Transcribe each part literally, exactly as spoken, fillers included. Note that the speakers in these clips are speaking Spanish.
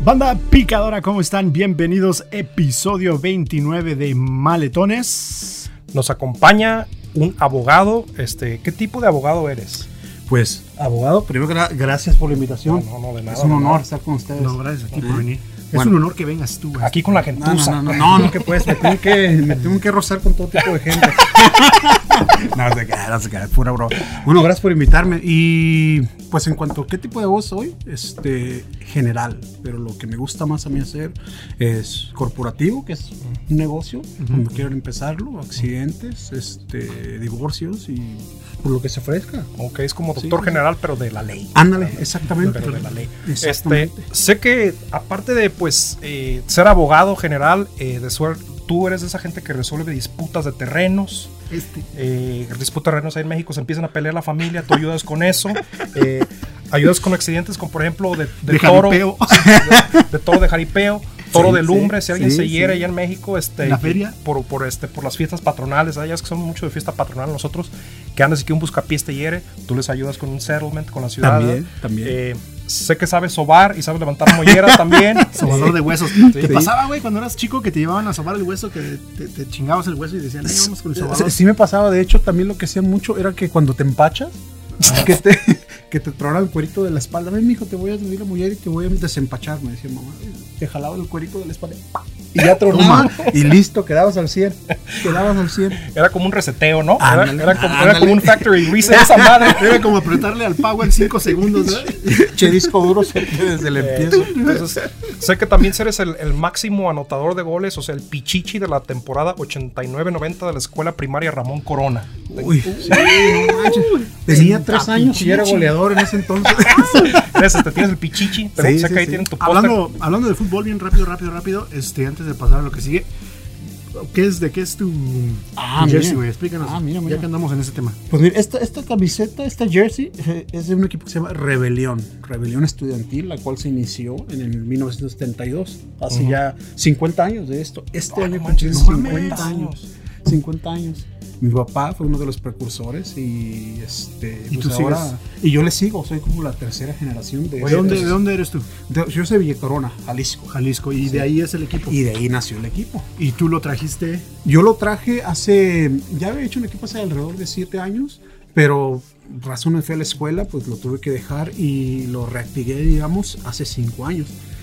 Banda picadora, ¿cómo están? Bienvenidos, episodio veintinueve de Maletones. Nos acompaña un abogado. Este, ¿qué tipo de abogado eres? Pues, abogado, primero gra- gracias por la invitación. No, no, no, de nada. Es un de honor nada. estar con ustedes. No, gracias a ti por venir. Bueno. Es un honor que vengas tú. güey. Aquí con la No, gentuza. no, no, no, no, no, que puedes, me tengo que, me tengo que rozar con todo tipo de gente. No, se queda, no se queda, pura bro. Bueno, gracias por invitarme. Y pues en cuanto a qué tipo de voz soy, este, general, pero lo que me gusta más a mí hacer es corporativo, que es un negocio, uh-huh. Cuando quiero empezarlo, accidentes, este, divorcios y por lo que se ofrezca. Ok, es como doctor Sí. general, pero de la ley. Ándale, exactamente. Pero de la ley. Este, Exactamente. sé que aparte de pues eh, ser abogado general, eh, de suerte, tú eres de esa gente que resuelve disputas de terrenos. Este. Eh, disputas de terrenos ahí en México, se empiezan a pelear la familia, tú ayudas con eso. Eh, ayudas con accidentes, como por ejemplo de, de, De toro, jaripeo. de, de toro de jaripeo, toro Sí, de lumbre, sí, si alguien sí, se hiere sí. allá en México, este, ¿En la feria? por, por, este, por las fiestas patronales, allá es que son mucho de fiesta patronal nosotros, que andas y que un buscapiés te hiere, tú les ayudas con un settlement con la ciudad. También, también. Eh, sé que sabes sobar y sabes levantar mollera también. Sobador de huesos. Sí. ¿Te pasaba, güey, cuando eras chico que te llevaban a sobar el hueso, que te, te chingabas el hueso y decían, ay, vamos con el sobador? Sí, sí me pasaba, de hecho también lo que hacían mucho era que cuando te empachas, que te, que te tronaban el cuerito de la espalda. Ven, mijo, te voy a subir la mujer y te voy a desempachar, me decía mamá. Te jalaba el cuerito de la espalda y ya tronaba y listo, quedabas al cien. Quedabas al cien. Era como un reseteo, ¿no? Era, Ándale, era, como, era ándale. como un factory reset esa madre. Era como apretarle al power cinco segundos, ¿verdad? Che disco duro desde el empiezo. Entonces, sé que también eres el, el máximo anotador de goles, o sea, el pichichi de la temporada ochenta y nueve noventa de la escuela primaria Ramón Corona. Uy, sí, no manches. Tenía tres años y era goleador en ese entonces. Eres, este, tienes el pichichi, pero Sí, sé sí, que ahí sí. tienen tu póster. Hablando, hablando de fútbol bien rápido, rápido, rápido, este, antes de pasar a lo que sigue, ¿qué es, ¿de qué es tu, Ah, tu jersey, mira. güey? Explícanos, Ah, mira, mira. ya que andamos en ese tema. Pues mira, esta, esta camiseta, esta jersey, eh, es de un equipo que se llama Rebelión, Rebelión Estudiantil, la cual se inició en el mil novecientos setenta y dos, hace Uh-huh. ya cincuenta años de esto. Este Ah, año no manches, cumplimos no mames. cincuenta años. cincuenta años. Mi papá fue uno de los precursores y este ¿Y pues tú ahora sigues? y yo le sigo, soy como la tercera generación de ¿De dónde, ¿De dónde eres tú? de- yo soy de Villa Corona, Jalisco. Jalisco, y de ahí es el equipo. Y de ahí nació el equipo. Y tú lo trajiste. Yo lo traje hace, ya había hecho un equipo hace alrededor de siete años, pero razones fui a la escuela, pues lo tuve que dejar y lo reactivé, digamos, hace cinco años.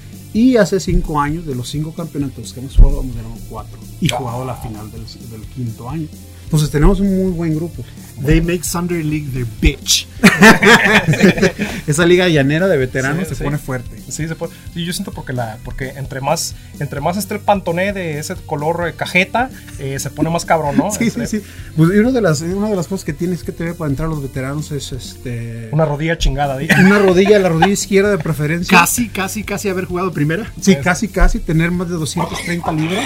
Y hace cinco años, de los cinco campeonatos que hemos jugado, hemos ganado cuatro. Y jugado la final del, del quinto año. Entonces tenemos un muy buen grupo. They make Sunday League their bitch. Esa liga llanera de veteranos Sí, se sí. pone fuerte. Sí, se puede. Sí, yo siento porque la porque entre más entre más esté el pantoné de ese color eh, cajeta, eh, se pone más cabrón, ¿no? Sí, Entre- sí, sí. Pues y una de las, una de las cosas que tienes que tener para entrar a los veteranos es este Una rodilla chingada, ¿sí? una rodilla, la rodilla izquierda de preferencia. Casi, casi, casi haber jugado primera. Sí, casi, casi, tener más de doscientas treinta libras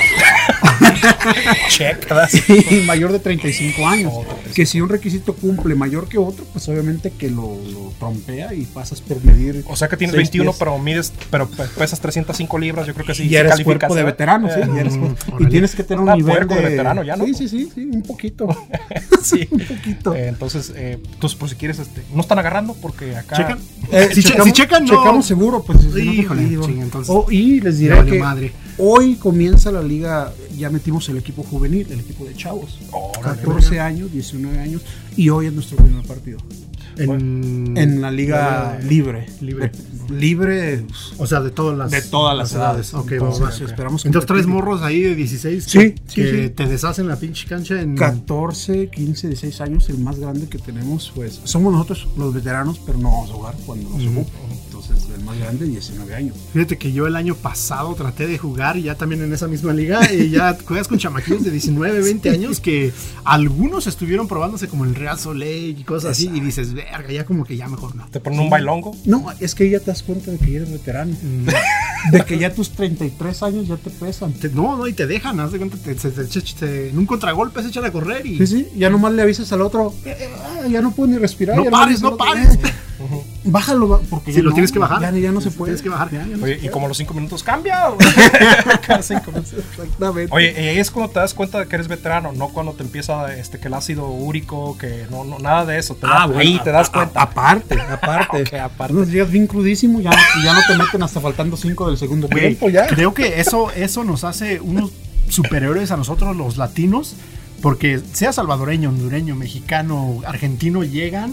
Check, ¿verdad? y mayor de treinta y cinco años. Oh, treinta y cinco. Que si un requisito cumple mayor que otro, pues obviamente que lo, lo trompea y pasas por medir. O sea que tienes seis veintiuno, pies. pero mides, pero pe- pesas trescientas cinco libras, yo creo que sí. Y sí ya eres calificas, cuerpo de ¿eh? veterano, sí. Eh, ya eres mm, cuerpo- y órale. tienes que tener un Ah, nivel puerco de, de veterano ya, ¿no? Sí, sí, sí, sí, un poquito. Sí. un poquito. Eh, entonces, eh, entonces, por si quieres, este, no están agarrando porque acá. ¿Checan? Eh, si, che- si checan, no. checamos seguro, pues. si no, Híjole, pues, digo. ching, entonces. Oh, y les Ya diré valió que madre. hoy comienza la liga, ya metimos el equipo juvenil, el equipo de chavos. Órale. catorce años, diecinueve años, y hoy es nuestro primer partido. En, En la liga la- libre. libre. De- libre O sea, de todas las, de todas las edades. Ok, Entonces, vamos. esperamos Entonces, tres competir. morros ahí de dieciséis Sí, que, sí, que sí. te deshacen la pinche cancha en. catorce, quince, dieciséis años, el más grande que tenemos, pues somos nosotros los veteranos, pero no vamos a jugar cuando nos Ujú. ocupa. Entonces, el más grande, diecinueve años. Fíjate que yo el año pasado traté de jugar y ya también en esa misma liga y ya juegas con chamaquillos de diecinueve, veinte años que algunos estuvieron probándose como el Real Soleil y cosas así y dices, verga, ya como que ya mejor no. Te ponen un bailongo. No, es que ya te das cuenta de que ya eres veterano. De que ya tus treinta y tres años ya te pesan. Te- no, no, y te dejan, haz de cuenta, te, te- te- te- te- en un contragolpe se echan a correr y Sí, sí, ya nomás le avisas al otro, "Eh, eh, ah, ya no puedo ni respirar. no ya pares, le no avisas al pares. otro, "Eh". Bájalo, va- porque Sí, ya lo no, tienes que bajar. Ya, ya no se Sí, puede. tienes que bajar. Ya, ya no Oye, se y puede. como a los cinco minutos cambia. güey. Cada cinco minutos. Exactamente. Oye, y ahí es cuando te das cuenta de que eres veterano, no cuando te empieza este que el ácido úrico, que no, no nada de eso. Te da- bueno, ahí a- te das a- cuenta. aparte, aparte. Ok, aparte. Unos días bien crudísimo, ya, ya no te meten hasta faltando cinco del segundo Güey, tiempo ya. creo que eso, eso nos hace unos superiores a nosotros los latinos, porque sea salvadoreño, hondureño, mexicano, argentino, llegan,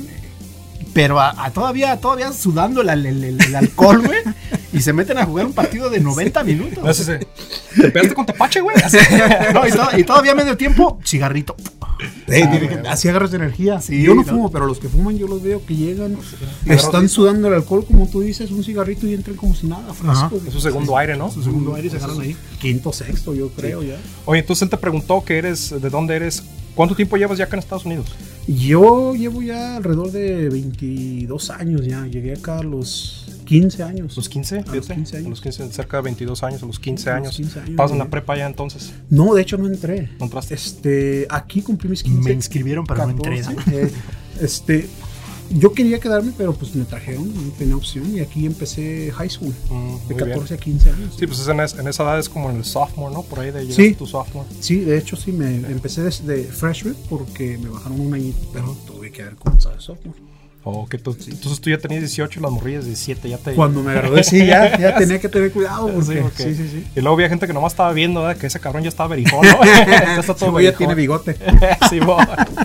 pero a, a todavía, todavía sudando el, el- el- el alcohol, güey, y se meten a jugar un partido de noventa minutos. No, sí, sí. Te pegaste con Tepache, güey. Así. No, y, to- y todavía medio tiempo, cigarrito. Eh, tiene que- así agarras energía. Sí, yo no, no. fumo, pero los que fuman yo los veo que llegan, Agarras están listo. sudando el alcohol, como tú dices, un cigarrito y entran como si nada, fresco. Ajá. güey. Es su segundo aire, ¿no? Su segundo aire y se agarran ahí. Quinto, sexto, yo creo ya. Oye, entonces él te preguntó que eres, de dónde eres. ¿Cuánto tiempo llevas ya acá en Estados Unidos? Yo llevo ya alrededor de veintidós años ya. Llegué acá a los quince años. ¿Los quince? A los Fíjate, quince años. A los quince, cerca de veintidós años, a los quince A los años. quince años, ¿Estabas en la güey. prepa ya entonces? No, de hecho no entré. ¿No entraste? Este, aquí cumplí mis quince. Me inscribieron, pero no entré. catorce, eh, este, yo quería quedarme, pero pues me trajeron, no tenía opción. Y aquí empecé high school, Mm, de muy catorce a quince años. Sí, pues es en, es- en esa edad es como en el sophomore, ¿no? Por ahí de llegar Sí. a tu sophomore. Sí, de hecho sí, me empecé desde freshman porque me bajaron un añito, pero tuve que haber comenzado de sophomore. O que tú- entonces tú ya tenías dieciocho y las morrillas diecisiete, ya te... Cuando me gradué, sí, ya, ya tenía que tener cuidado porque, Sí, porque- sí, sí, sí. Y luego había gente que nomás estaba viendo, ¿verdad? Que ese cabrón ya estaba berijón, ¿no? Ya está todo Sí, güey, ya berijón. tiene bigote. Sí, bo.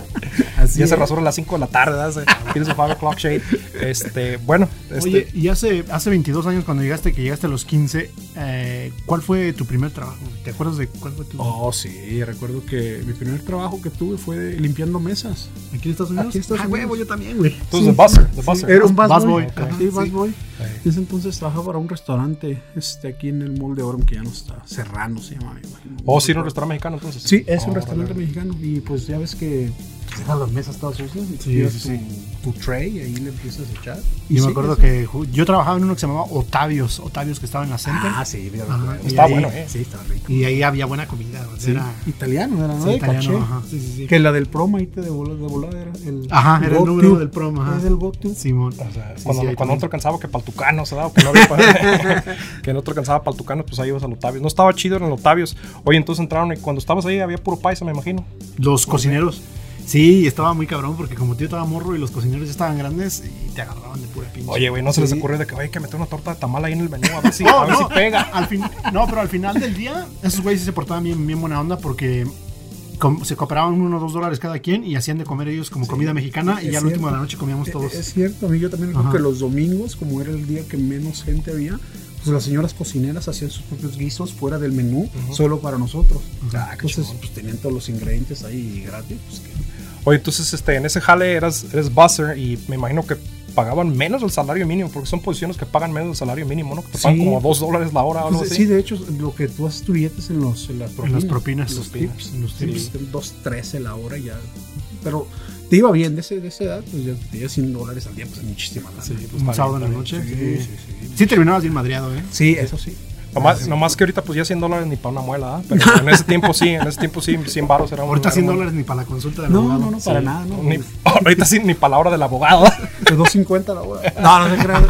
Así Ya se es. rasuró a las cinco de la tarde, ¿verdad? Se- Tiene su five o'clock shade. Este, bueno, este, Oye, y hace, hace veintidós años cuando llegaste, que llegaste a los quince, eh, ¿cuál fue tu primer trabajo? ¿Te acuerdas de cuál fue tu Oh, sí, recuerdo que mi primer trabajo que tuve fue de- limpiando mesas. ¿Aquí en Estados Unidos? Aquí en Estados Ah, Unidos. huevo, yo también, güey. entonces the buzzer, the buzzer. Era un busboy. Busboy, Ajá, ajá, sí, sí. busboy. Sí. En ese entonces trabajaba para un restaurante este, aquí en el Mall de Orem, que ya no está. Serrano se llama, me imagino. Oh, sí, era un restaurante mexicano entonces. Sí, es un Oh, restaurante órale. mexicano. Y pues ya ves que pues, dejas las mesas todas sucias y Sí, llevas sí, tu, tu tray y ahí le empiezas a echar. Y Yo sí, me acuerdo sí. que ju- yo trabajaba en uno que se llamaba Otavios, Otavios que estaba en la Center. Ah, sí, mira, Ajá, recuerdo. y Está ahí- bueno, ¿eh? Sí, está rico. Y ahí había buena comida. o sea, Sí, era italiano, era, ¿no? sí, De italiano, caché. ajá, sí, sí, sí. Que la del promo ahí te de volada, de volada era el. Ajá, era el go-to. número del promo, ajá. Es el go-to. Simón. O sea, Sí, cuando, sí, ahí cuando también. no te alcanzaba que paltucanos, ¿verdad? O que no había pa- que no te alcanzaba paltucanos, pues ahí ibas al Otavios. No estaba chido en el Otavios. Oye, entonces entraron y cuando estabas ahí había puro paisa, me imagino. Los cocineros. Sí, estaba muy cabrón porque como tío estaba morro y los cocineros ya estaban grandes y te agarraban de pura pinche. Oye, güey, no se les Sí. ocurrió de que hay que meter una torta de tamal ahí en el menú a ver si, No, a ver no, si pega. Al fin, no, pero al final del día, esos güeyes sí se portaban bien, bien buena onda porque com- se cooperaban uno o dos dólares cada quien y hacían de comer ellos como comida mexicana y es ya al último de cierto. la noche comíamos todos. Es, es cierto, a mí yo también recuerdo Ajá. que los domingos, como era el día que menos gente había, pues las señoras cocineras hacían sus propios guisos fuera del menú, solo para nosotros. Ah, qué Entonces, chingón. pues tenían todos los ingredientes ahí gratis. Pues, que- Oye, entonces este, en ese jale eras, eres buzzer y me imagino que pagaban menos del salario mínimo, porque son posiciones que pagan menos del salario mínimo, ¿no? Que te pagan Sí. como dos dólares la hora o algo Pues, así. sí, de hecho, lo que tú haces tu billetes en, los, en las propinas. las propinas. en los Propinas, tips. en los Sí, tips. pues, dos trece la hora y ya. Pero te iba bien de, ese, de esa edad, pues ya te ibas cien dólares al día, pues muchísima lana. Sí, pues, un está sábado bien, en la está noche. Sí, Sí, sí, sí. Sí terminabas bien madreado, ¿eh? Sí, eso sí. Nomás, nomás que ahorita pues ya cien dólares ni para una muela, ¿eh? Pero en ese tiempo sí, en ese tiempo sí, cien baros era un... Ahorita era cien un- dólares ni para la consulta del No, abogado. no, no, para Sí. nada, ¿no? Ni- ahorita sí, ni para la hora del abogado. De dos cincuenta la hora. No, no se crean.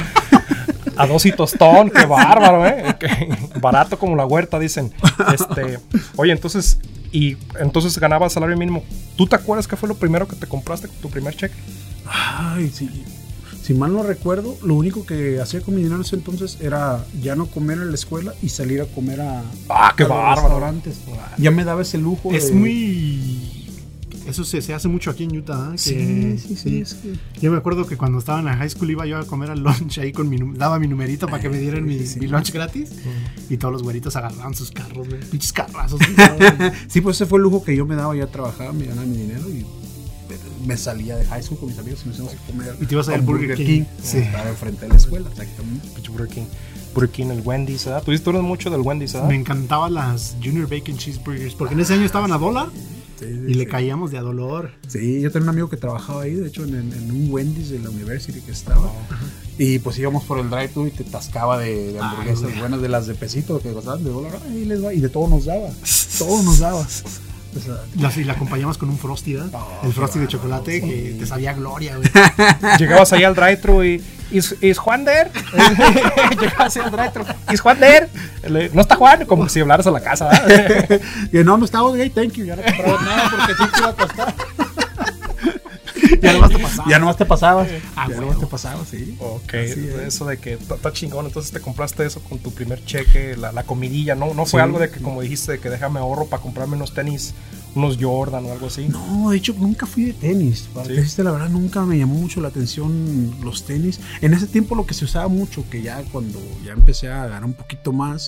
A dos y tostón, qué bárbaro, ¿eh? Que- barato como la huerta, dicen. Este, oye, entonces, y entonces ganabas salario mínimo. ¿Tú te acuerdas qué fue lo primero que te compraste con tu primer cheque? Ay, sí. Si mal no recuerdo, lo único que hacía con mi dinero en ese entonces era ya no comer en la escuela y salir a comer a, Ah, qué a los bárbaro. restaurantes. Ya me daba ese lujo. Es de- muy... Eso se, se hace mucho aquí en Utah. ¿eh? Sí, Que- sí, sí. Es que... Yo me acuerdo que cuando estaba en la high school iba yo a comer al lunch ahí con mi num- daba mi numerito para que me dieran mi, sí, sí. mi lunch gratis y todos los güeritos agarraban sus carros, güey, pinches carrazos. güey. Sí, pues ese fue el lujo que yo me daba. Ya trabajaba, me ganaba mi dinero y me salía de high school con mis amigos y nos íbamos a comer. Y te ibas a ir a al Burger King. Sí. Sí. Estaba enfrente de la escuela, exactamente. Pinche Burger King. Burger King, el Wendy's, ¿verdad? Tú dices, tú eres mucho del Wendy's, ¿verdad? Me encantaban las Junior Bacon Cheeseburgers porque en ese año estaban a dólar Sí, y le sí. caíamos de a dolor. Sí, yo tenía un amigo que trabajaba ahí, de hecho, en, en un Wendy's de la university que estaba. Y pues íbamos por el drive-thru y te tascaba de, de hamburguesas güey. buenas, de las de pesito que costaban de dólar. Ahí les va. Y de todo nos daba. Todo nos daba. pesada. La, y la acompañamos con un Frosty, ¿verdad? Oh, el Frosty de chocolate sí. que te sabía gloria, güey. Llegabas ahí al drive-thru y ¿Is, is Juan there? Llegabas ahí al drive-thru. ¿Is Juan there? Le- ¿No está Juan? Como si hablaras a la casa, ¿verdad? Y no, no estaba gay, thank you. Ya no compraba nada porque sí te iba a costar. Ya nomás te pasaba. Ya nomás te pasabas. Ah, ya huevo. nomás te pasabas, sí. Ok, Así es. eso de que está chingón, entonces te compraste eso con tu primer cheque, la, la comidilla, ¿no? No fue Sí. algo de que, como dijiste, de que déjame ahorro para comprarme unos tenis, unos Jordan o algo así. No, de hecho, nunca fui de tenis. Para Sí. decirte la verdad, nunca me llamó mucho la atención los tenis. En ese tiempo lo que se usaba mucho, que ya cuando ya empecé a ganar un poquito más,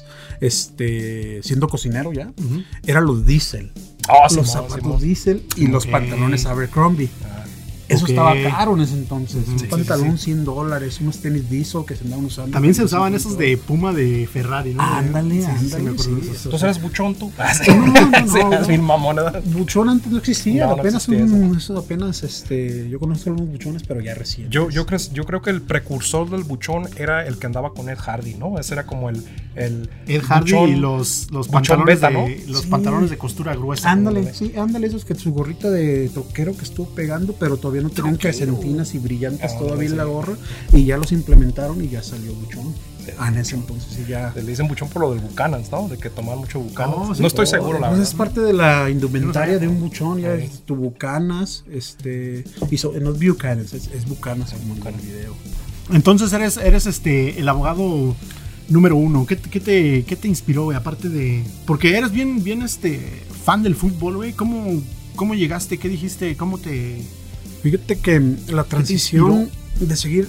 este, siendo cocinero ya, Ujú. eran los Diesel. Oh, los Simón, zapatos Simón. Diesel y los Ok. pantalones Abercrombie. Ah, Eso Ok. estaba caro en ese entonces. Ujú. Un Sí, sí, pantalón sí. cien dólares, unos tenis Diesel que se andaban usando. También se usaban esos de Puma de Ferrari, ¿no? Ándale, Sí, sí, sí, ándale, me acuerdo de sí, esos. eso. ¿Entonces eres buchón tú? No, no, no, Sí, no, eres no. bien mamón, ¿verdad? Buchón antes no existía, No, no apenas existía un, eso apenas, este, yo conozco algunos buchones, pero ya recién. Yo, yo, creo, yo creo que el precursor del buchón era el que andaba con Ed Hardy, ¿no? Ese era como el... el Ed Hardy buchón- y los, los buchón pantalones beta, de, ¿no? los Sí. pantalones de costura gruesa. Ándale, ándale. sí, ándale, esos que su gorrita de troquero que estuvo pegando, pero todavía no tenían crescentinas y brillantes Ah, todavía en la sí. gorra, y ya los implementaron y ya salió buchón. Ah, en ese entonces sí ya. Le dicen buchón por lo del Buchanan, ¿no? De que tomaban mucho Buchanan. Oh, No, sí. estoy Oh, seguro, la Pues verdad. es parte de la indumentaria Yo no de sabía. un buchón, ya Sí. es tu Bucanas, este, y so- no es Buchanan, es, es Bucanas como en el video. Entonces eres, eres este el abogado número uno. ¿Qué, te- qué te, qué te inspiró, güey? Aparte de. Porque eres bien, bien este fan del fútbol, güey. ¿Cómo, ¿Cómo llegaste? ¿Qué dijiste? ¿Cómo te. Fíjate que la transición de seguir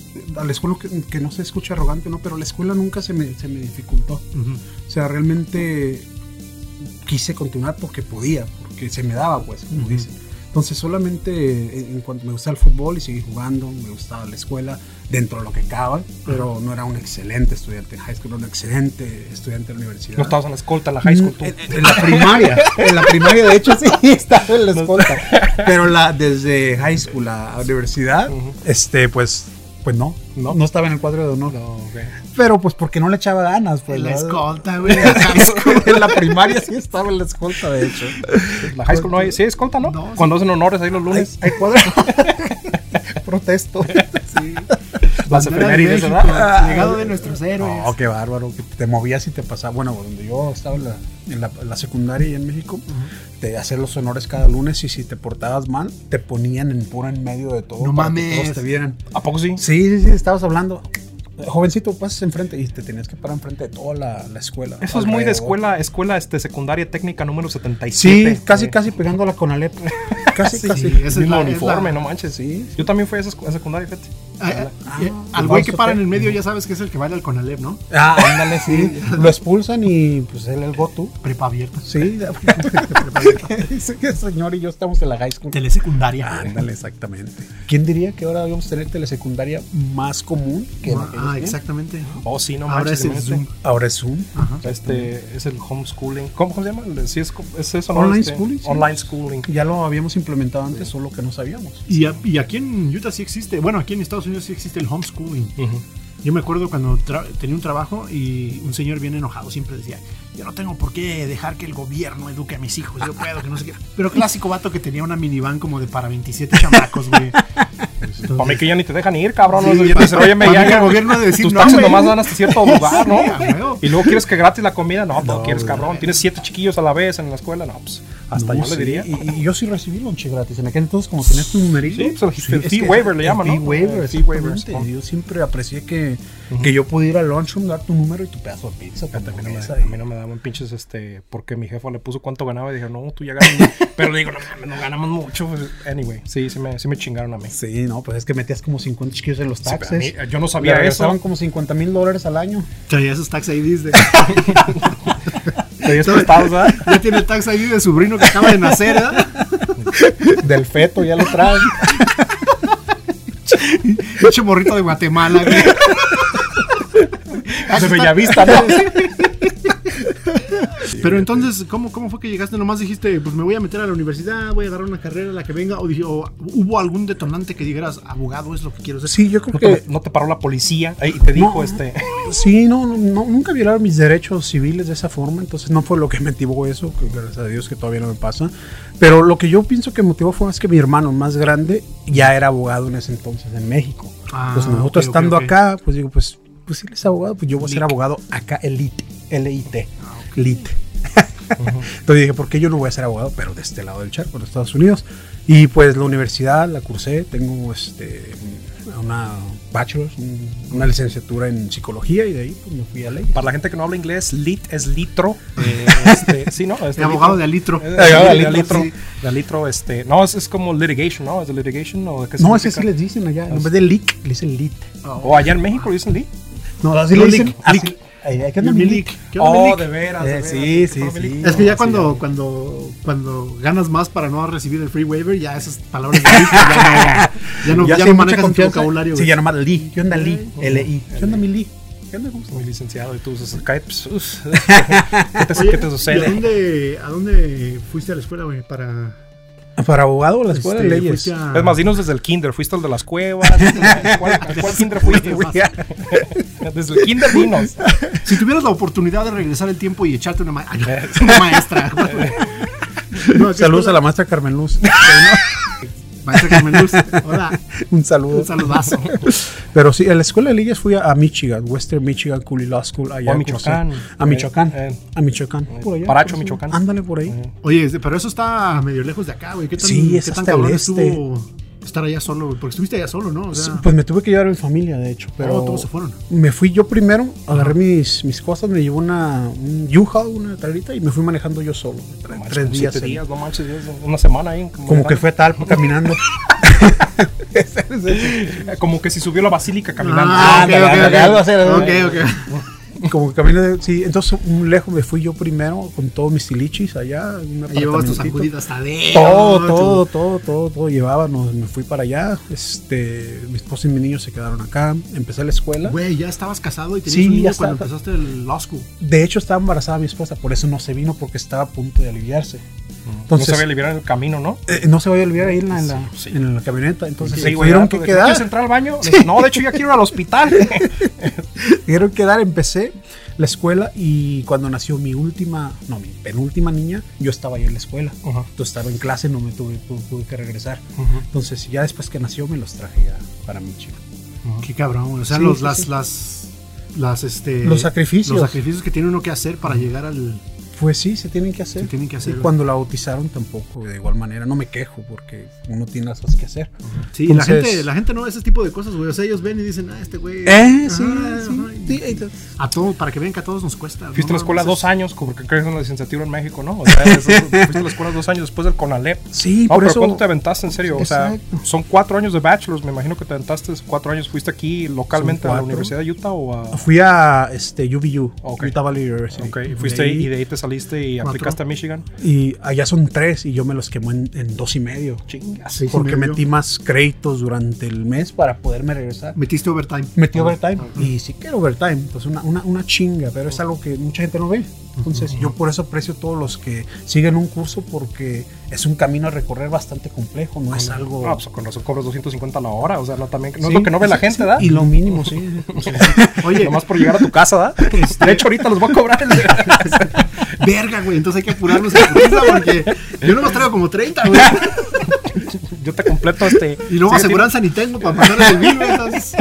a la escuela, que, que no se escucha arrogante, ¿no? Pero la escuela nunca se me, se me dificultó. Ujú. O sea, realmente quise continuar porque podía, porque se me daba, pues, como Ujú. dicen. Entonces, solamente en, en cuanto me gustaba el fútbol y seguí jugando, me gustaba la escuela, dentro de lo que cabe, pero no era un excelente estudiante en high school, era un excelente estudiante en la universidad. No estabas en la escolta, en la high school tú. En, en la primaria, en la primaria de hecho sí estaba en la escolta, pero la desde high school a, a universidad, Ujú. este pues pues no, ¿No? no, estaba en el cuadro de honor, No, ok. pero pues porque no le echaba ganas, pues En la ¿verdad? escolta, güey. en high school. En la primaria sí estaba en la escolta, de hecho. La high school no hay. Sí, escolta, ¿no? No, sí. Cuando hacen honores ahí los Hay, lunes. hay cuadro. Protesto. Sí. Las Bandera de efemérides, México, ¿verdad? legado de nuestros héroes. Oh, qué bárbaro, que te movías y te pasaba. Bueno, donde yo estaba en la, en la, en la secundaria y en México, te hacían los honores cada lunes y si te portabas mal, te ponían en pura en medio de todo No para que mames. todos te vieran. ¿A poco sí? Sí, sí, sí, estabas hablando. Jovencito, pasas enfrente y te tenías que parar enfrente de toda la, la escuela. Eso es muy de alrededor. escuela, escuela este, secundaria técnica número setenta y Sí, siete. casi, Eh, casi pegando a la Conalep. Casi, Sí, casi. esa es mismo la- es uniforme, la- no manches. Sí. Yo también fui a esa escu- a secundaria, fíjate. Ah, ah, Ah, eh, pues al güey que vamos, para en ok. el medio ya sabes que es el que baila al Conalep, ¿no? Ah, ándale, sí. Lo expulsan y pues él el go-to. Prepa abierta. Sí. Dice que el señor y yo estamos en la high school. Telesecundaria. Ándale, exactamente. ¿Quién diría que ahora vamos a tener telesecundaria más común que en Ah, aquellos ah, tiempos? exactamente. Oh, sí, no Ahora manches. es el imagínate. Zoom. Ahora es Zoom. Ajá. Este es el homeschooling. ¿Cómo, cómo se llama? Sí, es, es eso, ¿no? Online Este, schooling, sí. Online schooling. Ya lo habíamos implementado antes, solo que no sabíamos. Y, a- y aquí en Utah sí existe, bueno, aquí en Estados Unidos sí existe el homeschooling. Ujú. Yo me acuerdo cuando tra- tenía un trabajo y un señor bien enojado siempre decía, yo no tengo por qué dejar que el gobierno eduque a mis hijos, yo puedo, que no sé qué. Pero clásico vato que tenía una minivan como de para veintisiete chamacos, güey. Para mí que ya ni te dejan ir, cabrón. Sí, ¿no? ya Dicen, te- oye, me para mí ya, que el gobierno ha de decir, tus no, taxes güey. nomás dan hasta cierto lugar, ¿no? Sí, a huevo. Y luego quieres que gratis la comida, no, no, No, quieres, güey. cabrón. Tienes siete chiquillos a la vez en la escuela, no, pues hasta No, yo le sí, diría. Y, y yo sí recibí lonche gratis. En aquel entonces, como tenías tu numerito. Sí, pues, el es fee que- waiver le el llaman, fee ¿no? waiver, El fee waiver, exactamente. sí. Yo siempre aprecié que, que yo pudiera ir al lunchroom, dar tu número y tu pedazo de pizza. A mí no me, mesa a mí no me daban pinches, este, porque mi jefa le puso cuánto ganaba y dije, no, tú ya ganas. Pero le digo, no mames, no ganamos mucho. Pues, anyway, sí, sí me, sí me chingaron a mí. Sí, no, pues es que metías como cincuenta chiquillos en los Sí, pero taxes. a mí- yo no Le sabía regresaban eso. como cincuenta mil dólares al año. Traía esos tax I Ds de... Te habías prestado, ¿verdad? Ya tiene el tax I D de su sobrino que acaba de nacer, ¿verdad? Del feto ya lo traen. Pinche morrito de Guatemala, güey. De Bellavista, ¿no? Pero entonces, ¿cómo, ¿cómo fue que llegaste? Nomás dijiste, pues me voy a meter a la universidad, voy a agarrar una carrera, la que venga, o, dije, o hubo algún detonante que dijeras, abogado es lo que quiero ser. Sí, yo creo ¿No que... te, no te paró la policía y te dijo No. este... Sí, no, no, no, nunca violaron mis derechos civiles de esa forma, entonces no fue lo que me motivó eso, que gracias a Dios que todavía no me pasa. Pero lo que yo pienso que motivó fue es que mi hermano más grande ya era abogado en ese entonces en México. Ah, Pues nosotros ok, ok, estando ok. acá, pues digo, pues, pues si él es abogado, pues yo voy a ser abogado acá, elite, L I T, Ah, ok. elite. Entonces dije, ¿por qué yo no voy a ser abogado? Pero de este lado del charco, en Estados Unidos. Y pues la universidad la cursé, tengo este una bachelor, una licenciatura en psicología y de ahí pues me fui a ley. Para la gente que no habla inglés, lit es litro. Eh, este, sí, ¿no? Es El abogado de alitro. Eh, de, de, Abogado de de alitro, litro. sí. De alitro, este. No, es, es como litigation, ¿no? ¿Es de litigation o de qué No, ese significa? sí les dicen allá, en vez de leak, le dicen lit. O allá en México le dicen lit. No, así No, le dicen. leak, así- leak. Ahí, ahí, ¿qué Mi onda, mi Milik. leak? ¿Qué onda, Oh, Milik? de veras. Eh, de sí, veras. sí, ¿Qué sí. Milik? Es que ya No, cuando, sí, cuando, cuando ganas más para no recibir el free waiver, ya esas palabras de leak ya no, ya no, ya sí, no mucha manejas en tu confianza. vocabulario. Sí, güey. ya nomás Lee. ¿Qué onda Lee? L I. ¿Qué onda mi Lee? ¿Qué onda? ¿Cómo estás? Muy licenciado y tú dices, "Cae, pues, us". ¿Qué te, Oye, qué te ¿y sucede? ¿A dónde, ¿A dónde fuiste a la escuela, güey? Para. Para abogado, la escuela de este, leyes. fuiste a- Es más, dinos desde el kinder. ¿Fuiste al de las cuevas? ¿Cuál, ¿A cuál kinder fuiste? Más. Desde el kinder, dinos. Si tuvieras la oportunidad de regresar el tiempo y echarte una, ma- Ay, una maestra. No, ¿a qué Saludos a escuela? la maestra Carmen Luz. Maestra Carmen Luz. Hola. Un saludo. Un saludazo. Pero sí, en la escuela de leyes fui a, a Michigan, Western Michigan Cooley Law School. Allá O a cursé. Michoacán. A Michoacán. Eh, A Michoacán. Por allá, Paracho, por eso. Michoacán. Ándale por ahí. Oye, este, pero eso está medio lejos de acá, güey. ¿Qué tan, Sí, es qué tan hasta el cabrón este. estuvo estar allá solo, güey? Porque estuviste allá solo, ¿no? O sea, Pues me tuve que llevar a mi familia, de hecho. Pero oh, todos se fueron. me fui yo primero, agarré mis, mis cosas, me llevó una, un U-Haul, una trailita, y me fui manejando yo solo. no Tres, manches, tres como días. siete en- días, no manches, días, una semana ahí. Como que fue tal, caminando. Como que si subió la basílica caminando. Ah, ok, ándale, ok, ándale, ok. algo así, algo Ok, así. ok. Como que caminé, sí. Entonces, un lejos me fui yo primero con todos mis tilichis allá. un Llevabas tus apartamentito. sacudidas hasta de. Todo, todo, todo, todo, todo llevaba, nos, me fui para allá, este, mi esposa y mis niños se quedaron acá, empecé la escuela. Güey, ya estabas casado y tenías Sí, un niño ya cuando estaba. empezaste el law school. De hecho, estaba embarazada mi esposa, por eso no se vino, porque estaba a punto de aliviarse. no Entonces, se había liberado en el camino, ¿no? eh, no se vaya a olvidar ahí en la, en la, Sí, sí. en la camioneta. Entonces, Sí, se güey, tuvieron ¿de que qué ¿Quieres quedar. entrar al baño? No, de hecho, ya quiero ir al hospital. Tuvieron que quedar, empecé la escuela y cuando nació mi última, no, mi penúltima niña, yo estaba ahí en la escuela. Ajá. Entonces estaba en clase, no me tuve, tuve, tuve que regresar. Ujú. Entonces, ya después que nació, me los traje ya para mi chico. Qué cabrón, güey. O sea, Sí, los, sí, las, sí. las, las, este. Los sacrificios. Los sacrificios que tiene uno que hacer para llegar al. Pues sí, se tienen que hacer. Se tienen que hacer, Y güey. cuando la bautizaron tampoco, de igual manera, no me quejo porque uno tiene las cosas que hacer. Sí, Entonces- la gente, la gente no ve ese tipo de cosas, güey. O sea, ellos ven y dicen, ah, este güey. Eh, sí, Ajá, sí, ajá, y- sí, entonces- A todos, para que vean que a todos nos cuesta. Fuiste ¿no? a la escuela Entonces, dos años, porque creo que es una licenciatura en México, ¿no? O sea, eso- fuiste a la escuela dos años después del CONALEP. Sí, No, por pero eso. ¿cuánto te aventaste en serio? O sea, Exacto. son cuatro años de bachelor's. Me imagino que te aventaste cuatro años. ¿Fuiste aquí localmente Son a la cuatro. Universidad de Utah o a...? Fui a este, U V U, Ok. Utah Valley University. Ok, De fuiste ahí ahí- y de ahí te saliste y Cuatro. aplicaste a Michigan. Y allá son tres y yo me los quemo en, en dos y medio. Chingas. Sí. Porque y medio. metí más créditos durante el mes para poderme regresar. Metiste overtime. Metí overtime. Y sí quiero overtime, pues una, una, una chinga, pero es algo que mucha gente no ve. Entonces yo por eso aprecio todos los que siguen un curso porque es un camino a recorrer bastante complejo, no es algo... Ah, pues con razón cobras doscientos cincuenta a la hora. O sea, no, también, no Sí, es lo que no ve la sí, gente, sí. ¿verdad? Y lo mínimo, sí. Oye, Nomás por llegar a tu casa, ¿verdad? Pues, de hecho, ahorita los voy a cobrar el... verga, güey. Entonces hay que apurarnos en putiza porque yo no me traigo como treinta, güey. Yo te completo este... Y luego sí, aseguranza ni tengo para pagar el bill, güey. Entonces,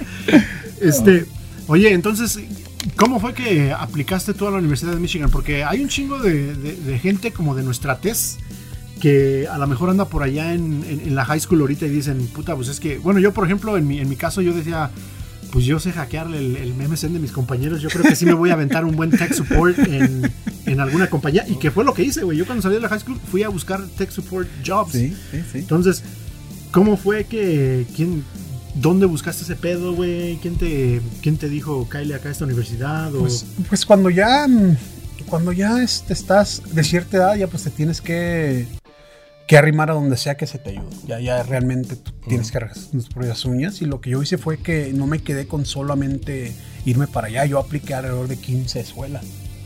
este, oye, entonces, ¿cómo fue que aplicaste tú a la Universidad de Michigan? Porque hay un chingo de, de- de gente como de nuestra tez que a lo mejor anda por allá en, en- en la high school ahorita y dicen, puta, pues es que, bueno, yo por ejemplo, en mi, en mi caso yo decía, pues yo sé hackearle el, el M S N de mis compañeros, yo creo que sí me voy a aventar un buen tech support en, en alguna compañía, y que fue lo que hice, güey. Yo cuando salí de la high school fui a buscar tech support jobs. Sí, sí, sí. Entonces, ¿cómo fue que, quién, dónde buscaste ese pedo, güey? ¿Quién te, quién te dijo, cáele acá a esta universidad? O, Pues, pues cuando ya, mm, cuando ya este, estás de cierta edad, ya pues te tienes que, que arrimar a donde sea que se te ayude. Ya, ya realmente tú tienes que arreglar tus propias uñas. Y lo que yo hice fue que no me quedé con solamente irme para allá. Yo apliqué alrededor de quince escuelas.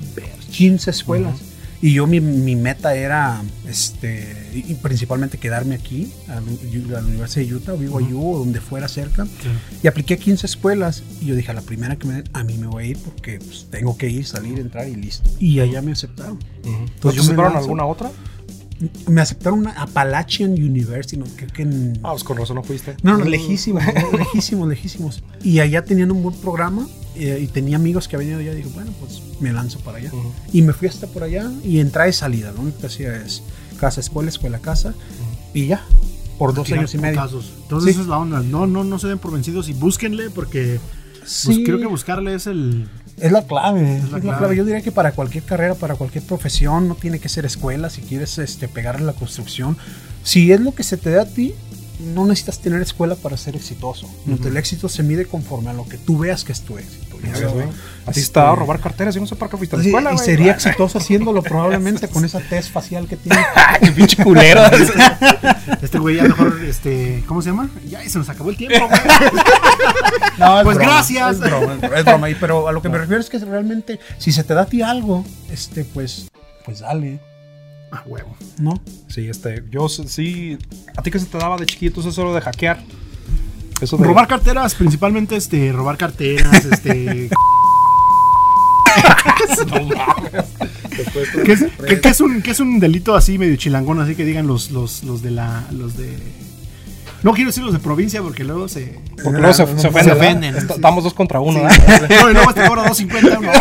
quince escuelas. Uh-huh. Y yo mi, mi meta era, este, y principalmente quedarme aquí, a la, a la Universidad de Utah, vivo uh-huh. o donde fuera cerca. Sí. Y apliqué quince escuelas. Y yo dije, a la primera que me den, a mí me voy a ir porque pues, tengo que ir, salir, entrar y listo. Y allá me aceptaron. Uh-huh. Entonces, ¿te aceptaron alguna otra? Me aceptaron una Appalachian University, no creo que en... Ah, pues con razón no fuiste. No, no, lejísimos, no, lejísimos, lejísimos. Y allá tenían un buen programa eh, y tenía amigos que habían ido allá. Digo, bueno, pues me lanzo para allá. Uh-huh. Y me fui hasta por allá y entrada y salida. Lo único que hacía es casa, escuela, escuela, casa. Uh-huh. Y ya, por dos años y medio. Casos. Entonces sí. Esa es la onda. No, no, no se den por vencidos y búsquenle porque sí. Pues creo que buscarle es el... Es la clave, es, la, es clave. la clave. Yo diría que para cualquier carrera, para cualquier profesión, no tiene que ser escuela. Si quieres este, pegarle la construcción, si es lo que se te da a ti, no necesitas tener escuela para ser exitoso. Uh-huh. El éxito se mide conforme a lo que tú veas que es tu éxito. Ya ves, güey. A ti te va a robar carteras, yo no sé para qué fuiste a la escuela, y güey. Sería exitoso haciéndolo probablemente con esa tez facial que tiene. ¡Qué pinche culero! Este güey ya mejor, este, ¿cómo se llama? Ya se nos acabó el tiempo, güey. No, pues broma, gracias. Es broma, es broma. Pero a lo que no. me refiero es que realmente, si se te da a ti algo, este, pues, pues dale. Ah, huevo. ¿No? Sí, este, yo sí. ¿A ti qué se te daba de chiquito eso lo de hackear? Eso de... Robar carteras, principalmente, este, robar carteras, este... No mames. ¿Qué es, ¿qué, qué es un, qué es un delito así medio chilangón, así que digan los, los, los de la, los de... No quiero decir los de provincia porque luego se... Porque luego se, se ofenden. Se ofenden Est- estamos dos contra uno, sí. ¿eh? No, y luego te cobra dos cincuenta. No,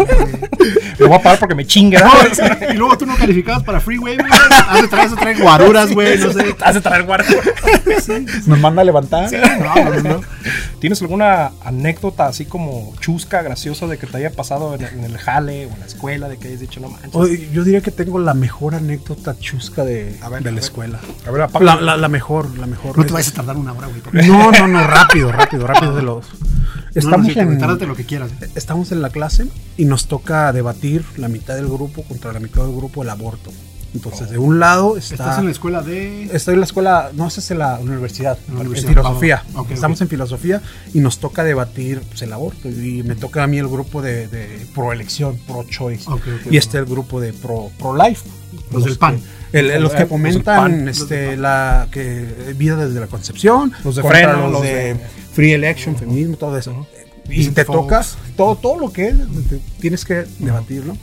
me voy a pagar porque me chingue, ¿no? Y luego tú no calificabas para freeway, güey. Has de traer, has de traer guaruras, güey, no sé. Has de traer guaruras. Sí. Nos manda a levantar. Sí, no, no, no. ¿Tienes alguna anécdota así como chusca, graciosa de que te haya pasado en, en el jale o en la escuela, de que hayas dicho no manches? Oye, yo diría que tengo la mejor anécdota chusca de, a ver, de la ver. escuela. A ver, apaga. La, la, la mejor, la mejor. No te vayas a tardar una hora, güey. No, no, no, rápido, rápido, rápido de los... Estamos no, no, sí, en, tárdate lo que quieras. Estamos en la clase y nos toca debatir la mitad del grupo contra la mitad del grupo el aborto. Entonces, oh. de un lado está... ¿Estás en la escuela de...? Estoy en la escuela... No, esa es en la universidad. En, la universidad, en filosofía. Oh, okay, estamos okay. en filosofía y nos toca debatir pues, el aborto. Y me toca a mí el grupo de, de pro-elección, pro-choice. Okay, okay, y este el grupo de pro, pro-life. Los, los del P A N. Que, el, los que fomentan los este, la que vida desde la concepción. Los de freno. Los, los de, de free election, uh-huh. feminismo, todo eso. Uh-huh. Y te folks. tocas todo, todo lo que es, te, tienes que debatirlo.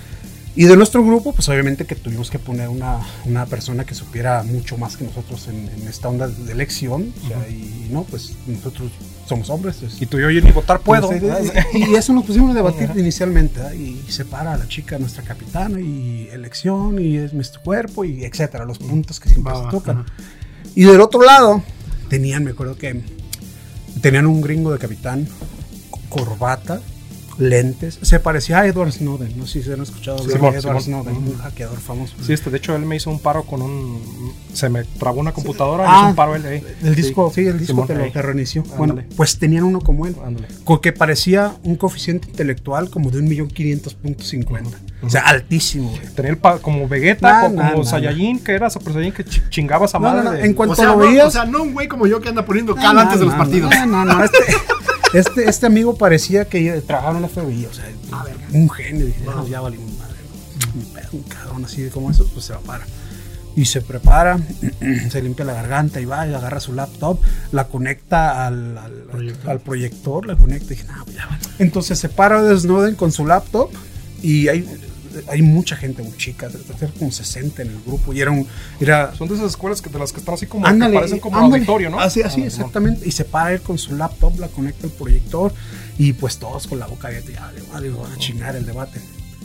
Y de nuestro grupo, pues obviamente que tuvimos que poner una, una persona que supiera mucho más que nosotros en, en esta onda de elección. Uh-huh. O sea, y no, pues nosotros somos hombres. Pues, y tú y yo, yo ni votar puedo. Entonces, y, y eso nos pusimos a debatir uh-huh. inicialmente. ¿eh? Y separa a la chica, nuestra capitana, y elección, y es nuestro cuerpo, y etcétera. Los puntos que siempre se tocan. Uh-huh. Y del otro lado, tenían, me acuerdo que tenían un gringo de capitán, corbata, lentes, se parecía a Edward Snowden, no sé si se han escuchado sí, de Simón, Edward Simón. Snowden, un hackeador famoso. Sí, este, de hecho él me hizo un paro con un, se me trabó una computadora, ah, me hizo un paro él, eh. el disco, sí, sí el disco Simón, que lo que reinició. Ándale. Bueno, pues tenían uno como él, Ándale. que parecía un coeficiente intelectual como de un millón quinientos punto cincuenta, uh-huh. o sea, altísimo. Güey. Tenía el pa- como Vegeta, nah, como nah, Saiyajin, nah. que era Super Saiyajin que ch- chingabas a no, madre. No, no, de... En cuanto o sea, lo no, veías, o sea, no un güey como yo que anda poniendo cal nah, antes nah, de los nah, partidos. No, no, no, este Este, este amigo parecía que trabajaba en la F B I, o sea, ah, un genio. Dije, no, ya vale mi madre, un pedo, un cabrón así como eso, pues se va para. Y se prepara, se limpia la garganta y va, y agarra su laptop, la conecta al, al, ¿Proyector? al proyector, la conecta y dije, no, pues ya vale. Entonces se para de Snowden con su laptop y hay, hay mucha gente, muy chica, como sesenta en el grupo. Y era un. Era, Son de esas escuelas que, de las que están así como. Ándale, que parecen como ándale, auditorio, ¿no? Así, así, ah, exactamente. No. Y se para él con su laptop, la conecta al proyector. Y pues todos con la boca abierta. Ya, vale, vale, a chingar el debate.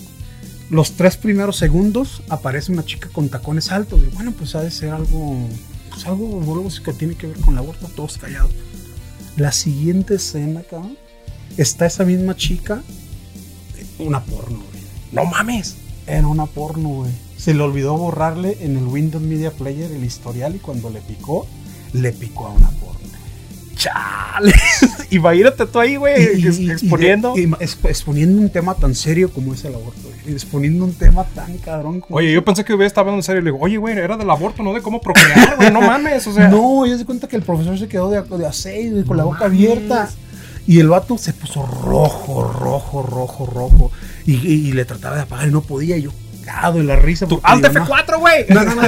Los tres primeros segundos aparece una chica con tacones altos. Y bueno, pues ha de ser algo. Pues algo, algo que tiene que ver con el aborto. Todos callados. La siguiente escena, cabrón. Está esa misma chica. Una porno, güey. No mames. Era una porno, güey. Se le olvidó borrarle en el Windows Media Player el historial y cuando le picó, le picó a una porno. ¡Chale! Imagínate tú ahí, güey, exponiendo. Y, y, y, exponiendo un tema tan serio como es el aborto, güey. Exponiendo un tema tan cabrón como Oye, eso. Yo pensé que hubiera estado hablando en serio. Le digo, oye, güey, era del aborto, no de cómo procrear, güey, no mames, o sea. No, yo se cuenta que el profesor se quedó de, de a seis, güey, con no la boca mames. abierta. Y el vato se puso rojo, rojo, rojo, rojo. Y, y, y le trataba de apagar y no podía. Y yo cagado en la risa. Tú, porque ¡Alta digo, F cuatro, güey! No, no, no.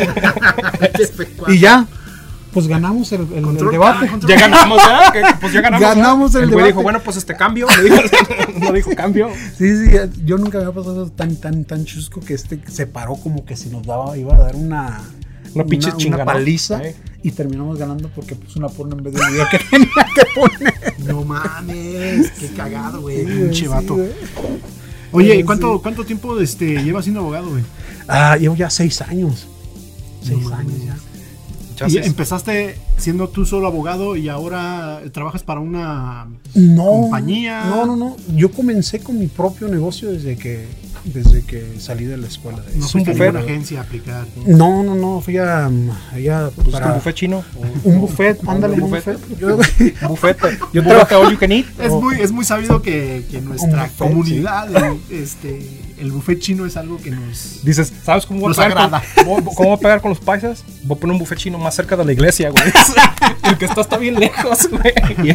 no. Y ya, pues ganamos el, el, el debate. Ya ganamos, ¿ya? ¿Qué? Pues ya ganamos. Ganamos ¿ya? el El güey debate. dijo, bueno, pues este cambio. Le dijo, no dijo cambio. Sí, sí, yo nunca había pasado tan, tan, tan chusco que este se paró como que si nos daba, iba a dar una... Una pinche chinga, una ¿no? paliza. ¿Eh? Y terminamos ganando porque puso una porno en vez del video que tenía que poner. No mames, qué cagado, güey. Sí, Pinche sí, vato. güey. Oye, Sí. ¿cuánto, ¿cuánto tiempo este, llevas siendo abogado, güey? Ah, llevo ya seis años. Seis No años mames. ya. Y Chasis. empezaste siendo tú solo abogado y ahora trabajas para una No, compañía. No, no, no. Yo comencé con mi propio negocio desde que, desde que salí de la escuela. De No Es fuiste un a ninguna buffet. agencia a aplicar. No, no, no. Fui a, allá Pues para un buffet chino. un buffet. Ándale, un un buffet. buffet. Yo- Un buffet. Yo Un trabajé- buffet all you can eat. Es Oh. muy, es muy sabido que, que nuestra buffet, comunidad, el, este, el buffet chino es algo que nos... Dices, ¿sabes cómo voy a Nos pegar con, agrada. voy- cómo voy a pegar con los paisas? Voy a poner un buffet chino más cerca de la iglesia, güey. El que está está bien lejos, güey.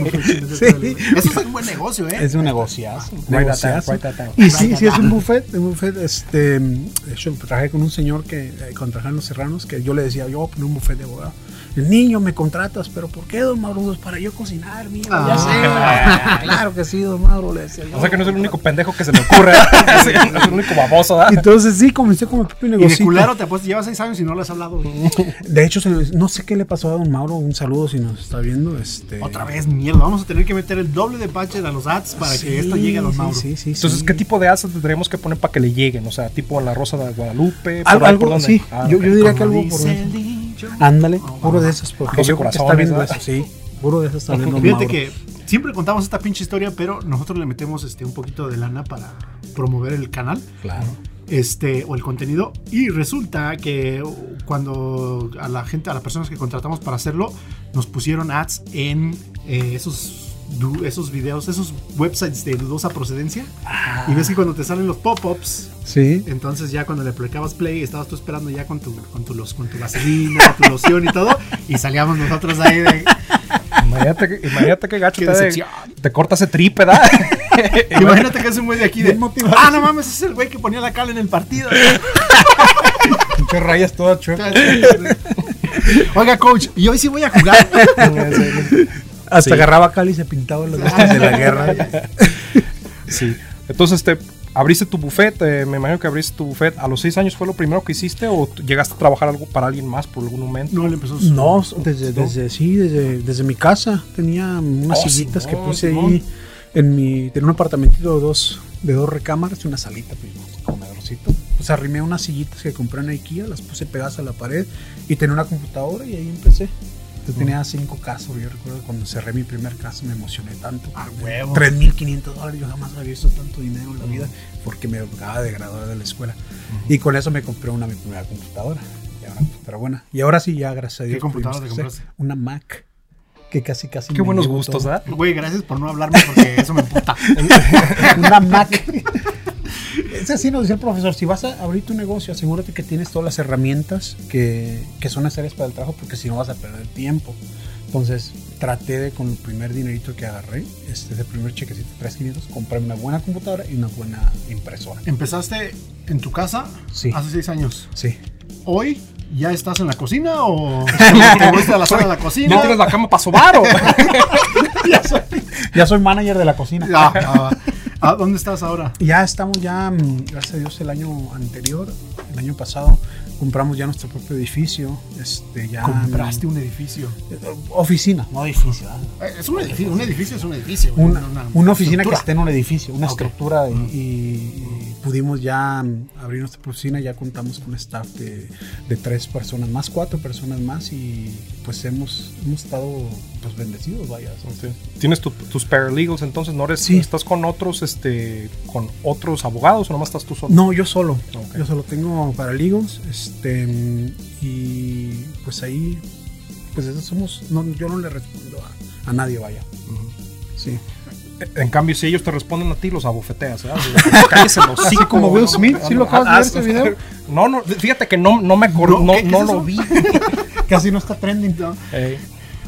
Sí. Eso es un buen negocio, ¿eh? Es un negociazo. Write that down, negociazo. write that down. Y sí, sí es un buffet, un buffet, este, de hecho trabajé con un señor que, eh, con trabajé en Los Serranos, que yo le decía, yo voy a poner un buffet de abogado. El niño, me contratas, pero ¿por qué, don Mauro? Pues para yo cocinar, mío. Ah. Ya sé. Claro que sí, don Mauro, le decía yo. O sea que no es el único pendejo que se le ocurre. Sí, no es el único baboso, ¿verdad? Entonces sí, comencé con mi propio Y de negocio. culero te pues llevas seis años y no le has hablado. De hecho, se me- no sé qué le pasó a don Mauro. Un saludo si nos está viendo. Este... Otra vez, mierda. Vamos a tener que meter el doble de budget a los ads para Sí, que esto llegue a los sí, Mauro. Sí, sí, Entonces, sí. ¿qué tipo de ads tendríamos que poner para que le lleguen? O sea, tipo en la Rosa de Guadalupe. ¿por Algo, ahí, algo, por dónde? sí. Ah, yo, ok. yo diría que Como algo por dice eso. el dicho. Ándale, Oh, puro de wow. esas, porque doce yo creo que está corazones, viendo ¿verdad? eso, sí. Puro de esas está viendo Fíjate Mauro. que siempre contamos esta pinche historia, pero nosotros le metemos este un poquito de lana para promover el canal. Claro. Este, o el contenido, y resulta que cuando a la gente, a las personas que contratamos para hacerlo, nos pusieron ads en eh, esos du- esos videos, esos websites de dudosa procedencia, Ah. y ves que cuando te salen los pop-ups, Sí. entonces ya cuando le aplicabas play, estabas tú esperando ya con tu con tu, los, con tu vaselina, tu loción y todo, y salíamos nosotros ahí de Imagínate, que- imagínate qué gacho Qué te, de- decepción. te corta ese tripe, ¿verdad? imagínate que es un güey de aquí de Bien motivado. ah, no mames, ese es el güey que ponía la cal en el partido. Muchas rayas todas chuecas. Oiga, coach, y hoy sí voy a jugar. Hasta Sí. agarraba cal y se pintaba los después de la guerra. Sí. Entonces, te abriste tu buffet. eh, me imagino que abriste tu buffet. ¿A los seis años fue lo primero que hiciste o tú llegaste a trabajar algo para alguien más por algún momento? No, le empezó su- No, desde, desde sí, desde, desde mi casa tenía unas Oh, sillitas que Simón, puse Simón. ahí en mi, tenía un apartamentito de dos, de dos recámaras y una salita, pues, comedorcito. Pues arrimé unas sillitas que compré en IKEA, las puse pegadas a la pared y tenía una computadora y ahí empecé. Entonces tenía cinco casos, yo recuerdo cuando cerré mi primer caso me emocioné tanto. Ah, huevo. tres mil quinientos dólares, yo jamás había visto tanto dinero en la vida porque me acababa de graduar de la escuela. Y con eso me compré una mi primera computadora. Y ahora, pero buena. Y ahora sí, ya gracias a Dios. computadora pudimos te hacer compraste? Una Mac. Que casi, casi. Qué me buenos llevo gustos, todo. ¿verdad? Güey, gracias por no hablarme porque eso me emputa. Una Mac. Es así, nos decía el profesor, si vas a abrir tu negocio, asegúrate que tienes todas las herramientas que, que son necesarias para el trabajo, porque si no vas a perder tiempo. Entonces, traté de, con el primer dinerito que agarré, este, de primer chequecito, tres mil quinientos, comprarme una buena computadora y una buena impresora. ¿Empezaste en tu casa Sí. hace seis años? Sí. ¿Hoy ya estás en la cocina o te fuiste a la sala de la cocina? ¿No tienes la cama para sobar o? Ya soy manager de la cocina. Ah, ah, ah, ¿dónde estás ahora? Ya estamos, ya, mm, gracias a Dios, el año anterior, el año pasado, compramos ya nuestro propio edificio. Este, ya, Compraste un edificio. mm, oficina, no edificio. ¿eh? Eh, Es un edificio, un edificio es un edificio. Una, una oficina que estructura. esté en un edificio, una Ok. estructura, y, y pudimos ya mm, abrir nuestra oficina. Ya contamos con un staff de, de tres personas más, cuatro personas más, y pues hemos, hemos estado pues bendecidos, vaya. Sí. ¿Tienes tu- tus paralegals entonces? ¿No eres, Sí. estás con otros, este, con otros abogados o nomás estás tú solo? No, yo solo. Ok. Yo solo tengo paralegals. Este, y pues ahí, pues eso somos. No, yo no le respondo a, a nadie, vaya. Ujú. Sí. En cambio, si ellos te responden a ti, los abofeteas, ¿verdad? Cállese los hocico. Así como Will ¿no? Smith, ¿sí lo acabas de Ah, ver ese video? No, no, fíjate que no, no me acuerdo, No, no, ¿qué- qué no es lo eso? vi. Casi no está trending. Ey.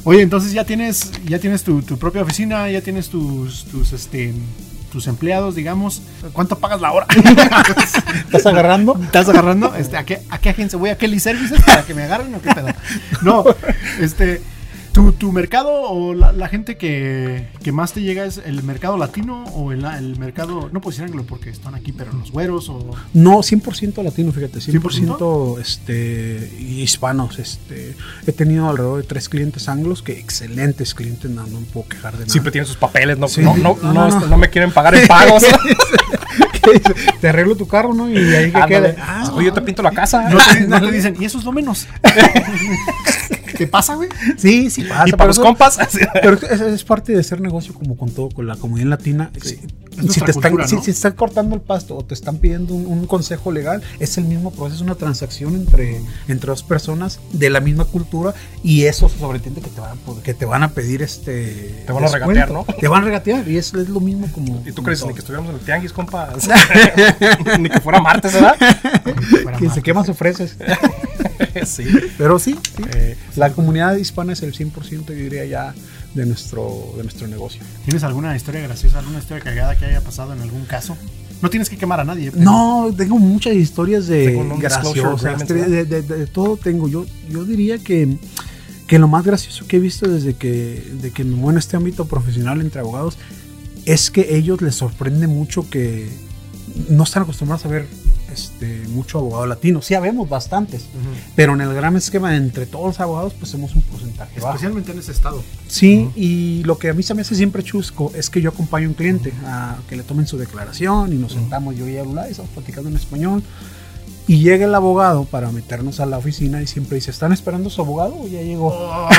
Oye, entonces ya tienes, ya tienes tu, tu propia oficina, ya tienes tus, tus, este, tus empleados, digamos. ¿Cuánto pagas la hora? ¿Estás agarrando? ¿Estás agarrando? Este, ¿a qué, a qué agencia voy? ¿A Kelly Services para que me agarren o qué pedo? No, este, ¿tu, tu mercado o la, la gente que, que más te llega es el mercado latino o el, el mercado, no puedo decir anglo porque están aquí, pero los güeros o... No, cien por ciento latino, fíjate, cien por ciento, ¿cien por ciento? Este, hispanos. Este, he tenido alrededor de tres clientes anglos, que excelentes clientes, no, no me puedo quejar de nada. Siempre tienen sus papeles, no, Sí. no, no, No, no, no, este, no. no me quieren pagar en pagos. Te arreglo tu carro, ¿no? Y ahí que Ándale. quede. Ah, Oye, yo te pinto la casa. No te, no te dicen, y eso es lo menos. ¿Qué pasa, güey? Sí, sí pasa. Y pero para los eso- compas. Pero es, es parte de hacer negocio como con todo, con la comunidad latina. Sí. Es Si, nuestra te están, cultura, si, ¿no? si están cortando el pasto o te están pidiendo un, un consejo legal, es el mismo proceso, una transacción entre, entre dos personas de la misma cultura, y eso se sobreentiende que te van a, poder- que te van a pedir este. Te van a descuento. regatear, ¿no? Te van a regatear, y eso es lo mismo como. ¿Y tú como crees todo. ni que estuviéramos en el tianguis, compa? Ni que fuera martes, ¿verdad? Quien se quema se ofrece. Sí. Pero sí, sí. Eh, La comunidad hispana es el cien por ciento, yo diría, ya de nuestro, de nuestro negocio. ¿Tienes alguna historia graciosa, alguna historia cagada que haya pasado en algún caso? No tienes que quemar a nadie. pero- No, tengo muchas historias de Tengo un non-disclosure graciosas, agreement, de, de- de- de todo tengo. Yo, yo diría que, que lo más gracioso que he visto desde que, de que me muevo en este ámbito profesional entre abogados es que ellos les sorprende mucho que no están acostumbrados a ver este, mucho abogado latino. Sí, habemos bastantes, Ujú. pero en el gran esquema de entre todos los abogados, pues somos un porcentaje bajo. Especialmente en ese estado. Sí, y lo que a mí se me hace siempre chusco es que yo acompaño a un cliente a que le tomen su declaración y nos sentamos yo y él, y estamos platicando en español, y llega el abogado para meternos a la oficina y siempre dice, ¿están esperando a su abogado o ya llegó?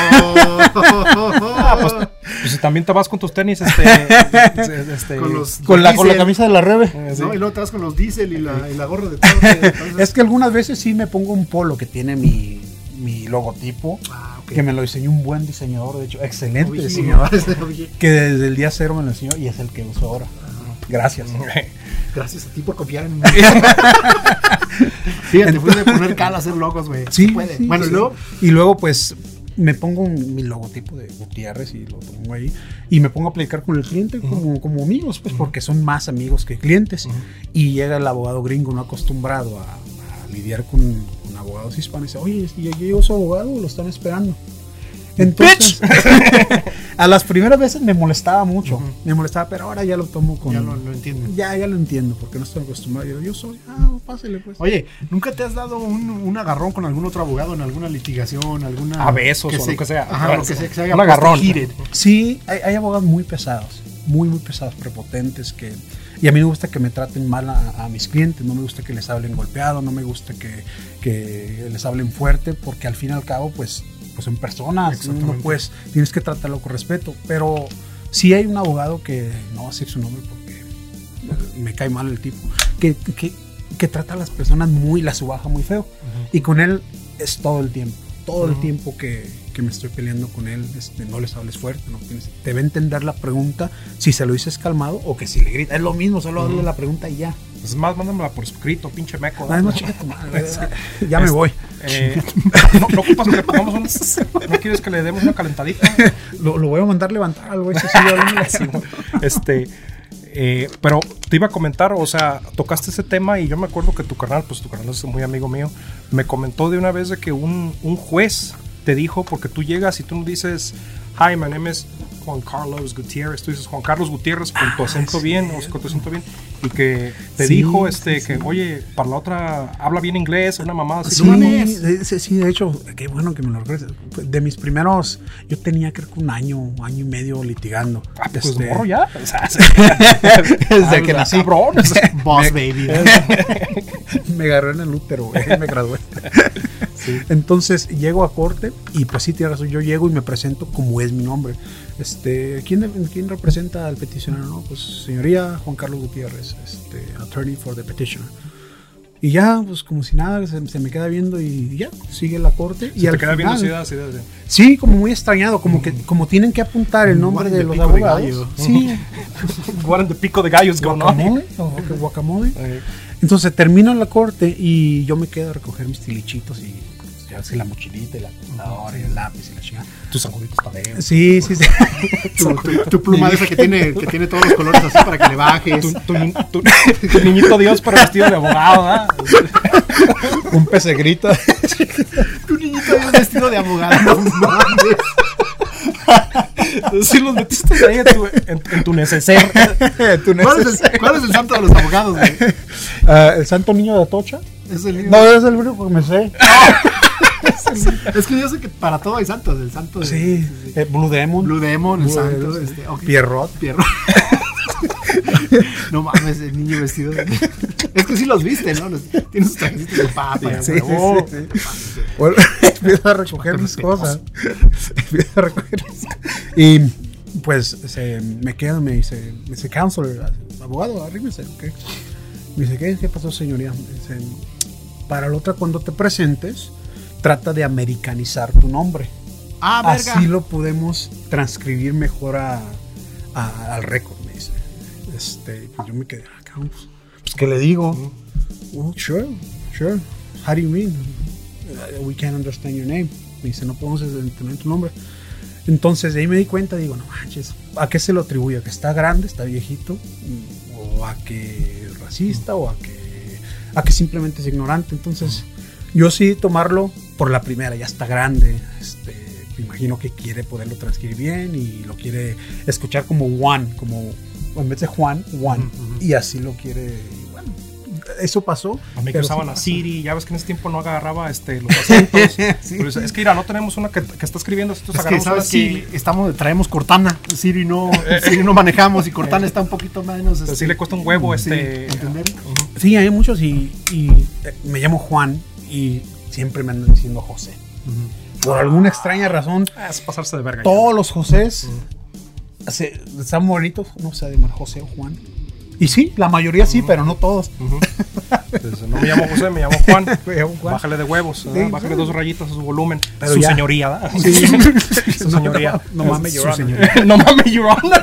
ah, pues, pues si también te vas con tus tenis, este. este Con los- Con la, con la diésel. camisa de la Rebe. eh, sí. ¿No? Y luego te vas con los diésel y la, y la gorra de todo. Entonces- Es que algunas veces sí me pongo un polo que tiene mi, mi logotipo, Ah, ok. que me lo diseñó un buen diseñador, de hecho, excelente Oye, diseñador, oye, que desde el día cero me lo enseñó y es el que uso ahora. Gracias. gracias a ti por confiar en mí. Fíjate, fui de poner cal a hacer logos, güey. Sí, Se puede. sí, Bueno, sí. y luego, Y luego, pues, me pongo un- mi logotipo de Gutiérrez y lo pongo ahí. Y me pongo a platicar con el cliente como, como amigos, pues, porque son más amigos que clientes. Y llega el abogado gringo no acostumbrado a, a lidiar con, con abogados hispanos y dice, oye, ¿ya ya llegó su abogado o lo están esperando? Entonces, a las primeras veces me molestaba mucho, Ujú. me molestaba, pero ahora ya lo tomo con... ya lo, lo entienden. ya, ya lo entiendo, porque no estoy acostumbrado. Yo, yo soy, ah, pásele pues. Oye, ¿nunca te has dado un, un agarrón con algún otro abogado en alguna litigación, alguna... A besos o se- lo que sea. Ajá, lo que sea, que se haya Un puesto agarrón. heated. Sí, hay, hay abogados muy pesados, muy, muy pesados, prepotentes, que... Y a mí me gusta que me traten mal a, a mis clientes, no me gusta que les hablen golpeado, no me gusta que, que les hablen fuerte, porque al fin y al cabo, pues, pues son personas, no Exactamente. puedes, tienes que tratarlo con respeto. Pero sí hay un abogado que, no voy a decir su nombre porque me cae mal el tipo, que, que, que trata a las personas muy, la subaja muy feo. Y con él es todo el tiempo, todo el Ujú. tiempo que, que me estoy peleando con él, este, no les hables fuerte, no tienes, te va a entender la pregunta si se lo dices calmado o que si le grita. Es lo mismo, solo hazle la pregunta y ya. Es más, mándamela por escrito, pinche meco. No, no, chica tu madre, ya me voy. Eh, no, no ocupas que le pongamos un. ¿No quieres que le demos una calentadita? Lo, lo voy a mandar levantar al güey. ese sí, hablándole así. Sí, este. eh, pero te iba a comentar, o sea, tocaste ese tema y yo me acuerdo que tu carnal, pues tu carnal es muy amigo mío, me comentó de una vez de que un, un juez te dijo, porque tú llegas y tú no dices, hi, my name is Juan Carlos Gutiérrez, tú dices Juan Carlos Gutiérrez con tu acento sí, bien, o sea, con tu acento bien, y que te Sí, dijo, este, sí, que, sí. oye, para la otra, habla bien inglés, una mamada así. Sí, no mames. de, sí, sí, de hecho, qué bueno que me lo recuerdes. De mis primeros, yo tenía creo que un año, año y medio litigando. Ah, pues Este, morro ya. O sea, Desde que ah, nací. cabrón, o sea, Boss Me- baby. me agarró en el útero, güey, me gradué. Entonces llego a corte y pues sí, tienes razón, yo llego y me presento como es mi nombre. Este, ¿quién, quién representa al peticionario? No, pues señoría Juan Carlos Gutiérrez, este, attorney for the petitioner. Y ya, pues como si nada, se, se me queda viendo y ya, sigue la corte. Se y te al queda viendo final, así, así, así. sí, como muy extrañado, como que como tienen que apuntar el nombre Guarden de de los pico de abogados. gallo. Sí, Guardan de pico de gallos, go, ¿no? guacamole, o que guacamole. Eh, Entonces termino la corte y yo me quedo a recoger mis tilichitos y pues, ya ves que la mochilita y la computadora y el lápiz y la chingada. Tus aguditos tadeos. Sí, sí, sí. Tu, tu, tu pluma de esa que tiene, que tiene todos los colores así para que le bajes. Tu, tu, ni- tu- tu niñito Dios, pero vestido de abogado, ¿verdad? Un pesegrito. Tu niñito ahí vestido de abogado. No mames. Si los metiste ahí en tu, en, en tu neceser. Tú no ¿Cuál eres- es, el, ¿Cuál es el santo de los abogados, güey? Ah, el santo niño de Atocha. Es el No, es el único que me sé. Es que yo sé que para todo hay santos. El santo de Sí, eh, Blue Demon. Blue Demon, el Blue santo. Demon, Este, okay. Pierrot. Pierrot. No mames, el niño vestido de... Es que sí los viste, ¿no? Los- Tiene sus trajecitos de papa. Sí, y sí, huevo. sí, sí. Bueno, empiezo a recoger mis cosas. Empiezo a recoger mis cosas. Y pues se, me queda, me dice, me dice, counselor, abogado, arrímese, ¿ok? Me dice, ¿qué, qué pasó, señoría? Me dice, para la otra, cuando te presentes, trata de americanizar tu nombre. Ah, verga. Así lo podemos transcribir mejor a, a- al récord, me dice. Este, pues yo me quedé acá, pues, pues ¿qué le digo? Well, sure, sure. How do you mean? Uh, we can't understand your name. Me dice, no podemos entender tu nombre. Entonces de ahí me di cuenta, digo, no manches, ¿a qué se lo atribuye? ¿A que está grande, está viejito? ¿O a que es racista? ¿O a que, a que simplemente es ignorante? Entonces yo sí tomarlo por la primera, ya está grande, este, me imagino que quiere poderlo transcribir bien y lo quiere escuchar como Juan, como en vez de Juan, Juan, Uh-huh. y así lo quiere, y bueno, eso pasó. A mí que pero usaban sí a pasó. Siri, ya ves que en ese tiempo no agarraba este, los acentos. Pero dice, es que mira, no tenemos una que, que está escribiendo, entonces Es que agarramos sabes una Siri. que estamos, traemos Cortana. Siri no, Siri no manejamos y Cortana está un poquito menos. Pero este, sí le cuesta un huevo sí, este. entender. Ujú. Sí, hay muchos y, y, eh, me llamo Juan y siempre me andan diciendo José. Por alguna extraña razón, Ah, es pasarse de verga. todos los Josés se- están bonitos, no sé, de José o Juan. Y sí, la mayoría sí, pero no todos. Ujú. Entonces, no me llamo José, me llamo Juan. Me llamo Juan. Bájale de huevos, ¿verdad? Sí, Bájale sí. dos rayitas a su volumen. Pero su ya. señoría, ¿verdad? Sí. Su señoría. No mames, Su Your Honor. señoría. No mames, Your Honor.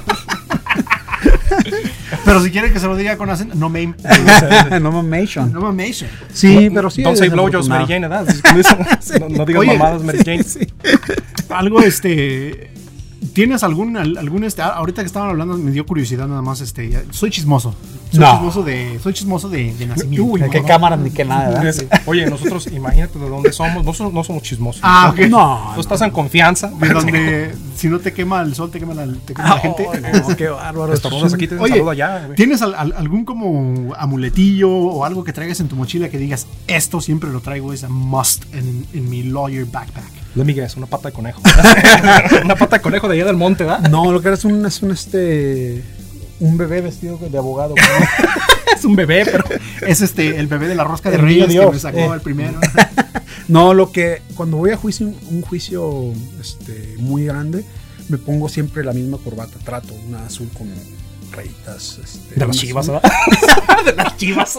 Pero si quieren que se lo diga con acento, no me. No mamation. No me Sí, pero sí. Don't es say blowjobs, Mary desafortunado. Jane, ¿verdad? Como dicen, no, no digas Oye, mamadas, Mary Jane. Algo, este. ¿Tienes algún, al- algún este, ahorita que estaban hablando me dio curiosidad nada más, este, soy chismoso. Soy No. chismoso de, soy chismoso de, de nacimiento. Uy, Ni qué no. cámara ni qué nada, ¿verdad? Es- Oye, nosotros, imagínate de dónde somos. No, somos- no somos chismosos. Ah, ok. No. Tú estás en confianza. De donde si no te quema el sol, te quema la, te quema la gente. No, qué bárbaro. Estornudas aquí, te Oye, saludo allá. güey. ¿Tienes al- al- algún como amuletillo o algo que traigas en tu mochila que digas, esto siempre lo traigo, es a must en, en mi lawyer backpack? Let me guess, una pata de conejo. Una pata de conejo de allá del monte, ¿verdad? No, lo que era es un, es un este. Un bebé vestido de abogado. Es un bebé, pero. Es este, el bebé de la rosca de El niño Reyes que Dios, me sacó eh. el primero. No, lo que cuando voy a juicio, un juicio este, muy grande, me pongo siempre la misma corbata. Trato una azul con rayitas. Este, De las una chivas, azul. ¿verdad? De las chivas.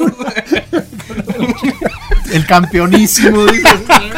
El campeonísimo. dices.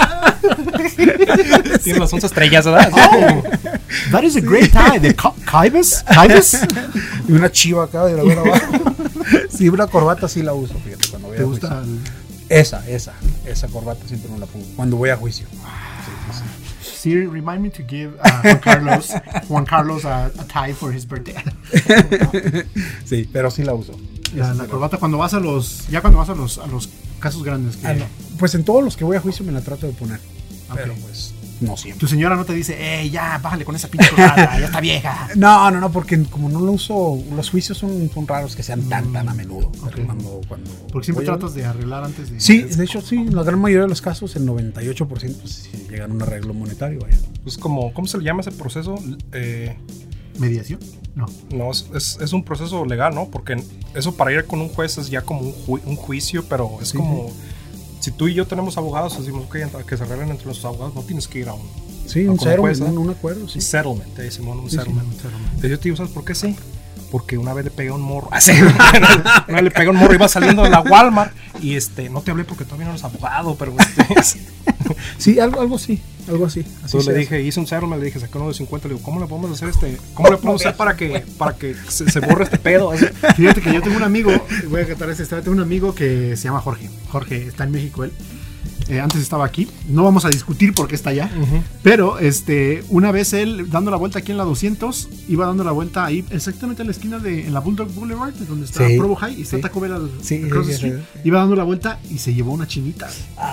Tiene las once estrellas, ¿verdad? Oh, that is a great tie. ¿De Kybus? ¿Kybus? Y una chiva acá de la vera abajo. Sí, una corbata sí la uso, fíjate, cuando voy ¿Te a gusta? juicio. el- Esa, esa, esa corbata siempre me la pongo cuando voy a juicio. Siri, remind me to give uh, Juan Carlos, Juan Carlos a, a tie for his birthday. Sí, pero sí la uso. La, la corbata cuando vas a los, ya cuando vas a los, a los casos grandes. Que, Ah, no. Pues en todos los que voy a juicio me la trato de poner. Ok. Pero pues no siempre. Tu señora no te dice, eh, ya, bájale con esa pinche corbata, ya está vieja. No, no, no, porque como no lo uso, los juicios son, son raros que sean tan, tan a menudo. Pero Ok. cuando, cuando Porque siempre voy a- tratas de arreglar antes de... Sí, de hecho sí, en la gran mayoría de los casos, el noventa y ocho por ciento pues, sí llegan a un arreglo monetario, vaya. Pues como, ¿cómo se le llama ese proceso? Eh, ¿Mediación? No. no, es, es, es un proceso legal, ¿no? Porque eso para ir con un juez es ya como un, ju- un juicio, pero es Sí, como... Si tú y yo tenemos abogados, decimos okay, que se arreglen entre los abogados, no tienes que ir a un, Sí, Ah, un como cero, juez, ¿eh? un, un acuerdo, sí. un settlement, eh, Simón, un Sí, sí, settlement. un settlement. Entonces yo te digo, ¿sabes por qué sí? Porque una vez le pegué a un morro. Así, una vez le pegué a un morro, iba saliendo de la Walmart y este, no te hablé porque todavía no eres abogado, pero este, Sí, algo, algo así, algo así. Así entonces se le hace. dije, hice un settlement, le dije, saqué uno de cincuenta, le digo, ¿cómo le podemos hacer este? ¿Cómo le podemos hacer para que, para que se, se borre este pedo? Así. Fíjate que yo tengo un amigo, voy a contar esta historia, tengo un amigo que se llama Jorge. Jorge, está en México él. eh, antes estaba aquí. No vamos a discutir por qué está allá. Ujú. Pero este, una vez él dando la vuelta aquí en la doscientos, iba dando la vuelta ahí exactamente en la esquina de en la Bulldog Boulevard, donde está Sí, Provo High y está sí. Taco Bell al Sí, across sí, the sí, street. sí. Iba dando la vuelta y se llevó una chinita.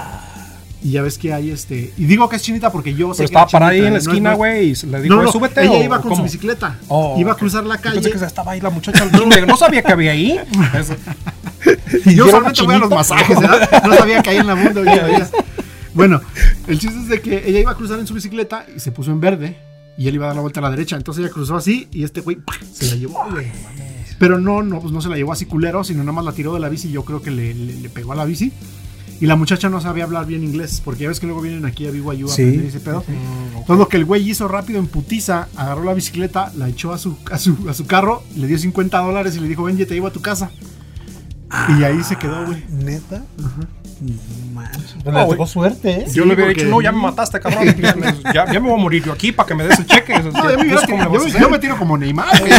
Y ya ves que hay este. Y digo que es chinita porque yo sé Pero que estaba era parada ahí chinita, en la no es- esquina, no es- güey, y le dijo, No, no, súbete. ella o iba con cómo? su bicicleta. Oh, iba a ok. cruzar la Yo calle. pensé que estaba ahí la muchacha. No, no sabía que había ahí. Eso. Y yo ¿Y era solamente una voy a los chinita? masajes, ¿verdad? No sabía que ahí en la mundo. ya, ya. Bueno, el chiste es de que ella iba a cruzar en su bicicleta y se puso en verde. Y él iba a dar la vuelta a la derecha. Entonces ella cruzó así y este güey ¡pah! Se la llevó, güey. Pero no, no, pues no se la llevó así culero, sino nada más la tiró de la bici. Yo creo que le, le, le pegó a la bici. Y la muchacha no sabía hablar bien inglés, porque ya ves que luego vienen aquí a Vivo Ayuda a Sí. aprender ese pedo. Entonces lo que el güey hizo rápido en putiza, agarró la bicicleta, la echó a su, a su, a su carro, le dio cincuenta dólares y le dijo, ven, ya te llevo a tu casa. Y ahí se quedó, güey. ¿Neta? No manches. Pues No, le güey. tocó suerte, ¿eh? Yo Sí, le hubiera porque- dicho, no, ya me mataste, cabrón. Ya, ya me voy a morir yo aquí para que me des el cheque. No, ya me hubiera ¿Cómo le tirado- vas a yo, hacer? yo me tiro como Neymar, güey.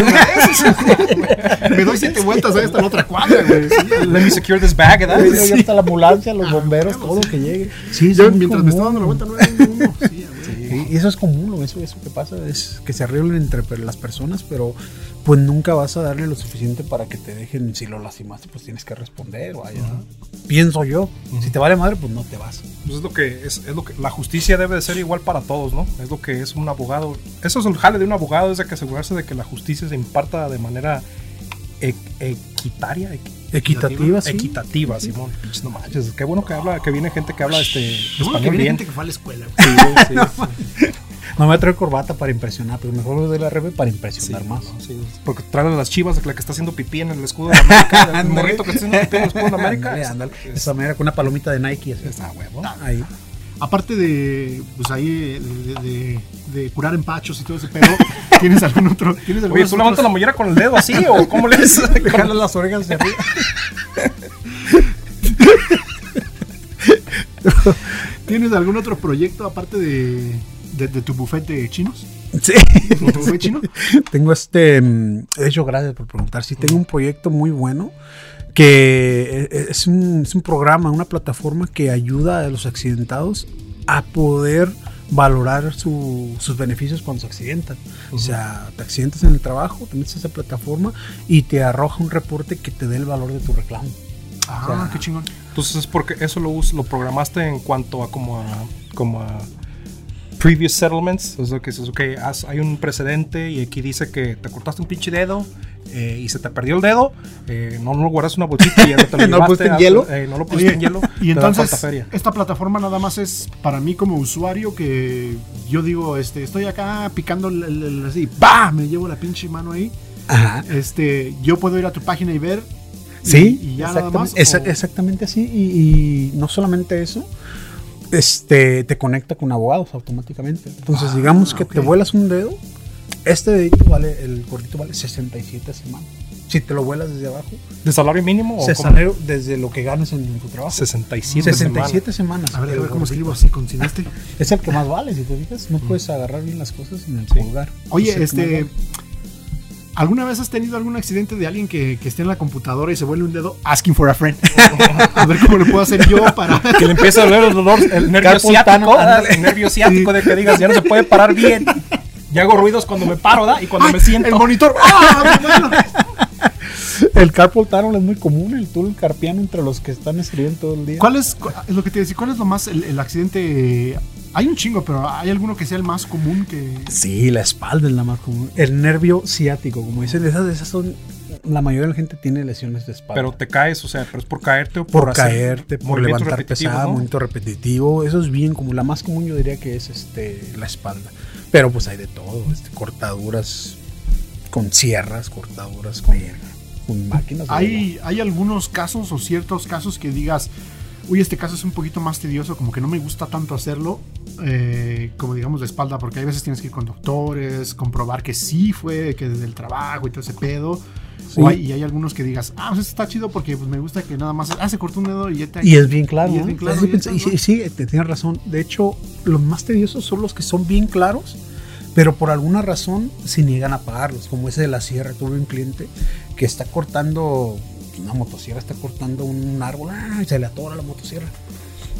Me doy siete vueltas ahí hasta la otra cuadra, güey. Sí, Let me secure this bag, ¿verdad? Ya ya hasta la ambulancia, los bomberos, todo que llegue. Sí, yo es muy mientras me estaba dando la común. vuelta no era uno. Sí, güey. Sí, y eso es común, ¿no? eso, eso que pasa es que se arreglen entre per- las personas, pero pues nunca vas a darle lo suficiente para que te dejen. Si lo lastimaste, pues tienes que responder, vaya. Pienso yo. Si te vale madre, pues no te vas. Pues es lo que es, es lo que la justicia debe de ser igual para todos, ¿no? Es lo que es un abogado. Eso es el jale de un abogado, es de que asegurarse de que la justicia se imparta de manera e- equitaria, equi- Equitativa, sí. equitativa, Simón. Pinches, no manches, qué bueno que habla, que viene gente que habla este Qué bueno que español viene bien. gente que fue a la escuela, güey. Sí, sí, sí. No me voy a traer corbata para impresionar, pero mejor de la rebe para impresionar Sí, más. no, sí, porque trae a las chivas de la que está haciendo pipí en el escudo de América, el morrito que está haciendo pipí en el escudo de América. Ándale, ándale. Esa manera con una palomita de Nike. Así. Está huevo. Ahí. Aparte de, pues ahí, de, de, de curar empachos y todo ese pedo, ¿tienes algún otro? ¿Tienes Oye, algunos ¿tú levantas la otros? mollera con el dedo así o cómo le haces? Dejarle las orejas hacia arriba. ¿Tienes algún otro proyecto aparte de, de, de tu buffet de chinos? Sí. ¿Tu buffet chino? Tengo este. mm, De hecho, gracias por preguntar. Sí, tengo un proyecto muy bueno que e- es un, es un programa, una plataforma que ayuda a los accidentados a poder valorar su- sus beneficios cuando se accidentan. O sea, te accidentas en el trabajo, te metes a esa plataforma y te arroja un reporte que te dé el valor de tu reclamo. Ah, O sea, qué chingón. Entonces es porque eso lo, us- lo programaste en cuanto a como a, como a previous settlements. O sea, que dices, ok, haz- hay un precedente y aquí dice que te cortaste un pinche dedo eh, y se te perdió el dedo. eh, no, no lo guardas en una bolsita y ya no te lo ¿No lo llevaste, pusiste en haz- hielo? eh, no lo pusiste Oye, en hielo. y te da entonces, falta feria. esta plataforma nada más es para mí como usuario que yo digo, este, estoy acá picando el, el- el- así, ¡bah! Me llevo la pinche mano ahí. Ajá. Este, yo puedo ir a tu página y ver. y- Sí, y, ya nada exactamente, más. exa- o- exactamente así. Y, y no solamente eso, este, te conecta con abogados automáticamente. Entonces, Ah, digamos que ok. te vuelas un dedo, este dedito vale, el gordito vale sesenta y siete semanas. Si te lo vuelas desde abajo, ¿De salario mínimo o se cómo? sale desde lo que ganas en, tu trabajo. sesenta y siete sesenta y semanas. siete semanas. A ver, a el ver cómo gordito. escribo así con sin este. Es el que más vale, si te fijas. No puedes agarrar bien las cosas sin el Sí. pulgar. Oye, Es el que este. más vale. ¿Alguna vez has tenido algún accidente de alguien que, que esté en la computadora y se vuelve un dedo? Asking for a friend. A ver cómo lo puedo hacer yo para. Que le empieza a doler el dolor, el nervio Carpal ciático, tunnel, ándale. el nervio ciático de que digas, ya no se puede parar bien. Y hago ruidos cuando me paro, ¿verdad? Y cuando ¡Ay, me siento. el monitor! ¡Ah, mi mano! El carpal tunnel es muy común, el túnel carpiano entre los que están escribiendo todo el día. ¿Cuál es, cu- es lo que te decía, cuál es lo más, el, el accidente? Hay un chingo, pero ¿hay alguno que sea el más común que...? Sí, la espalda es la más común. El nervio ciático, como dicen, esas, esas son. La mayoría de la gente tiene lesiones de espalda. Pero te caes, o sea, pero es por caerte o por, por, hacer caerte, por movimientos levantar repetitivos, pesado, ¿no? movimiento repetitivo. Eso es bien común. La más común yo diría que es este la espalda. Pero pues hay de todo. Este, cortaduras con sierras, cortaduras con, con máquinas. de ¿Hay, ¿Hay algunos casos o ciertos casos que digas, uy, este caso es un poquito más tedioso, como que no me gusta tanto hacerlo, eh, como digamos la espalda, porque hay veces tienes que ir con doctores, comprobar que sí fue, que desde el trabajo y todo ese pedo. Sí. O hay, y hay algunos que digas, ah, pues esto está chido porque pues, me gusta que nada más, ah, se cortó un dedo y ya te... Y es bien claro. Y es ¿no? bien claro, Sí, y ya está, y sí, ¿no? sí, te tienes razón. De hecho, los más tediosos son los que son bien claros, pero por alguna razón se niegan a pagarlos. Como ese de la sierra. Tuve un cliente que está cortando una motosierra, está cortando un árbol, ah, y se le atora la motosierra.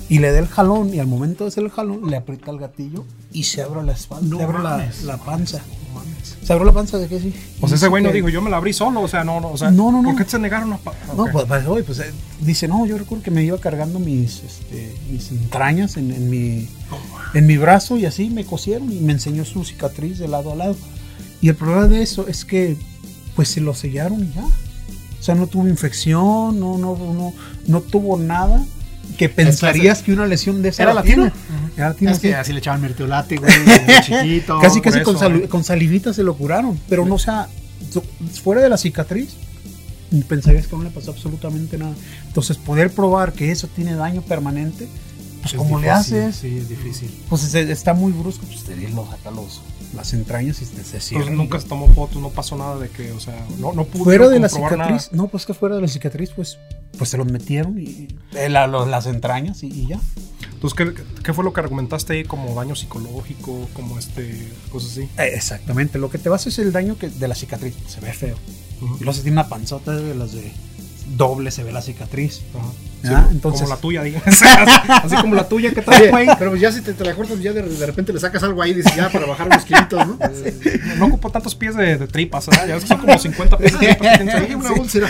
y le da el jalón, y al momento de hacer el jalón, le aprieta el gatillo y se abre la espalda, No se abre la, mames. la panza. Se abrió la panza de qué sí. Pues ese güey no que- dijo, yo me la abrí solo, o sea, no, no, o sea, No, no, no. ¿por qué se negaron a pa- No, ok. pues, pues, oye, pues, eh, dice, no, yo recuerdo que me iba cargando mis, este, mis entrañas en, en mi, en mi brazo y así me cosieron y me enseñó su cicatriz de lado a lado. Y el problema de eso es que, pues, se lo sellaron y ya. O sea, no tuvo infección, no, no, no, no tuvo nada que pensarías que una lesión de esa ¿Era la latino? tiene. Era latino, Es que sí. así le echaban mertiolate, güey, desde chiquito. Casi, por casi con, eso, sal- ¿eh? con salivita se lo curaron, pero no, o sea, so- fuera de la cicatriz, pensarías que no le pasó absolutamente nada. Entonces, poder probar que eso tiene daño permanente, pues, Es ¿cómo le difícil, haces? Sí, es difícil. Pues es- está muy brusco, pues te lo saca los, las entrañas y te se cierran. Entonces nunca se tomó fotos, no pasó nada de que, o sea, no, no pudo Fuera de la comprobar cicatriz, nada. no, pues que fuera de la cicatriz, pues, pues se los metieron y eh, la- los- las entrañas y, y ya. Entonces, ¿qué, ¿qué fue lo que argumentaste ahí como daño psicológico, como este, cosas así? Eh, Exactamente, lo que te vas es el daño que, de la cicatriz, se ve feo. Ujú. Y luego se tiene una panzota de las de doble, se ve la cicatriz. Ajá. Ah, Sí, entonces- como la tuya, digo. así, así como la tuya que trae, güey. Pero ya si te, te la cortas, ya de, de repente le sacas algo ahí y dices, ya, para bajar unos kilitos, ¿no? No ocupo tantos pies de, de tripas, ¿verdad? Ya ves que son como cincuenta pies de tripas que tienes ahí. Sí, una Sí. úlcera.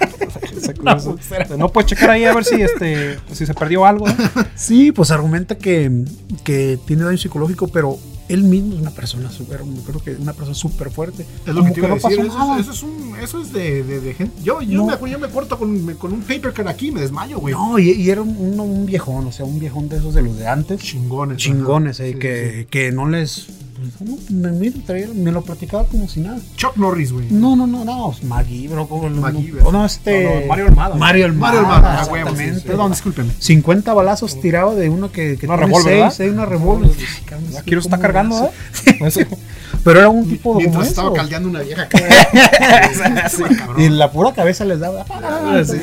Una úlcera. No puedes checar ahí a ver si este si se perdió algo, ¿no? Sí, pues argumenta que, que tiene daño psicológico, pero él mismo es una persona súper, creo que una persona súper fuerte. Es lo Como que te iba a no decir, pasó eso, nada. es, eso es un, eso es de, de, de gente. Yo, yo, No. me, acuerdo- yo me corto con, con un paper cut aquí y me desmayo, güey. No, y, y era un, un, un viejón, o sea, un viejón de esos de los de antes. Chingones. Chingones, ajá. eh, Sí, que, sí. que no les... no, me, mira, traía- me lo platicaba como si nada. Chuck Norris, güey. No, no, no, no, Magui, pero como el- MacGyver. no, no, este... No, no, Mario Almada. Mario Almada. Mario Almada, ah, huevo, sí, exactamente. sí. Perdón, discúlpeme. cincuenta balazos tiraba de uno que, que Una tiene revólver, seis, ¿verdad? eh, una revólver. Aquí lo está cargando, ¿eh? Sí. Pero era un tipo como Mientras eso. estaba caldeando una vieja acá. Sí, cabrón. Y la pura cabeza les daba. Sí.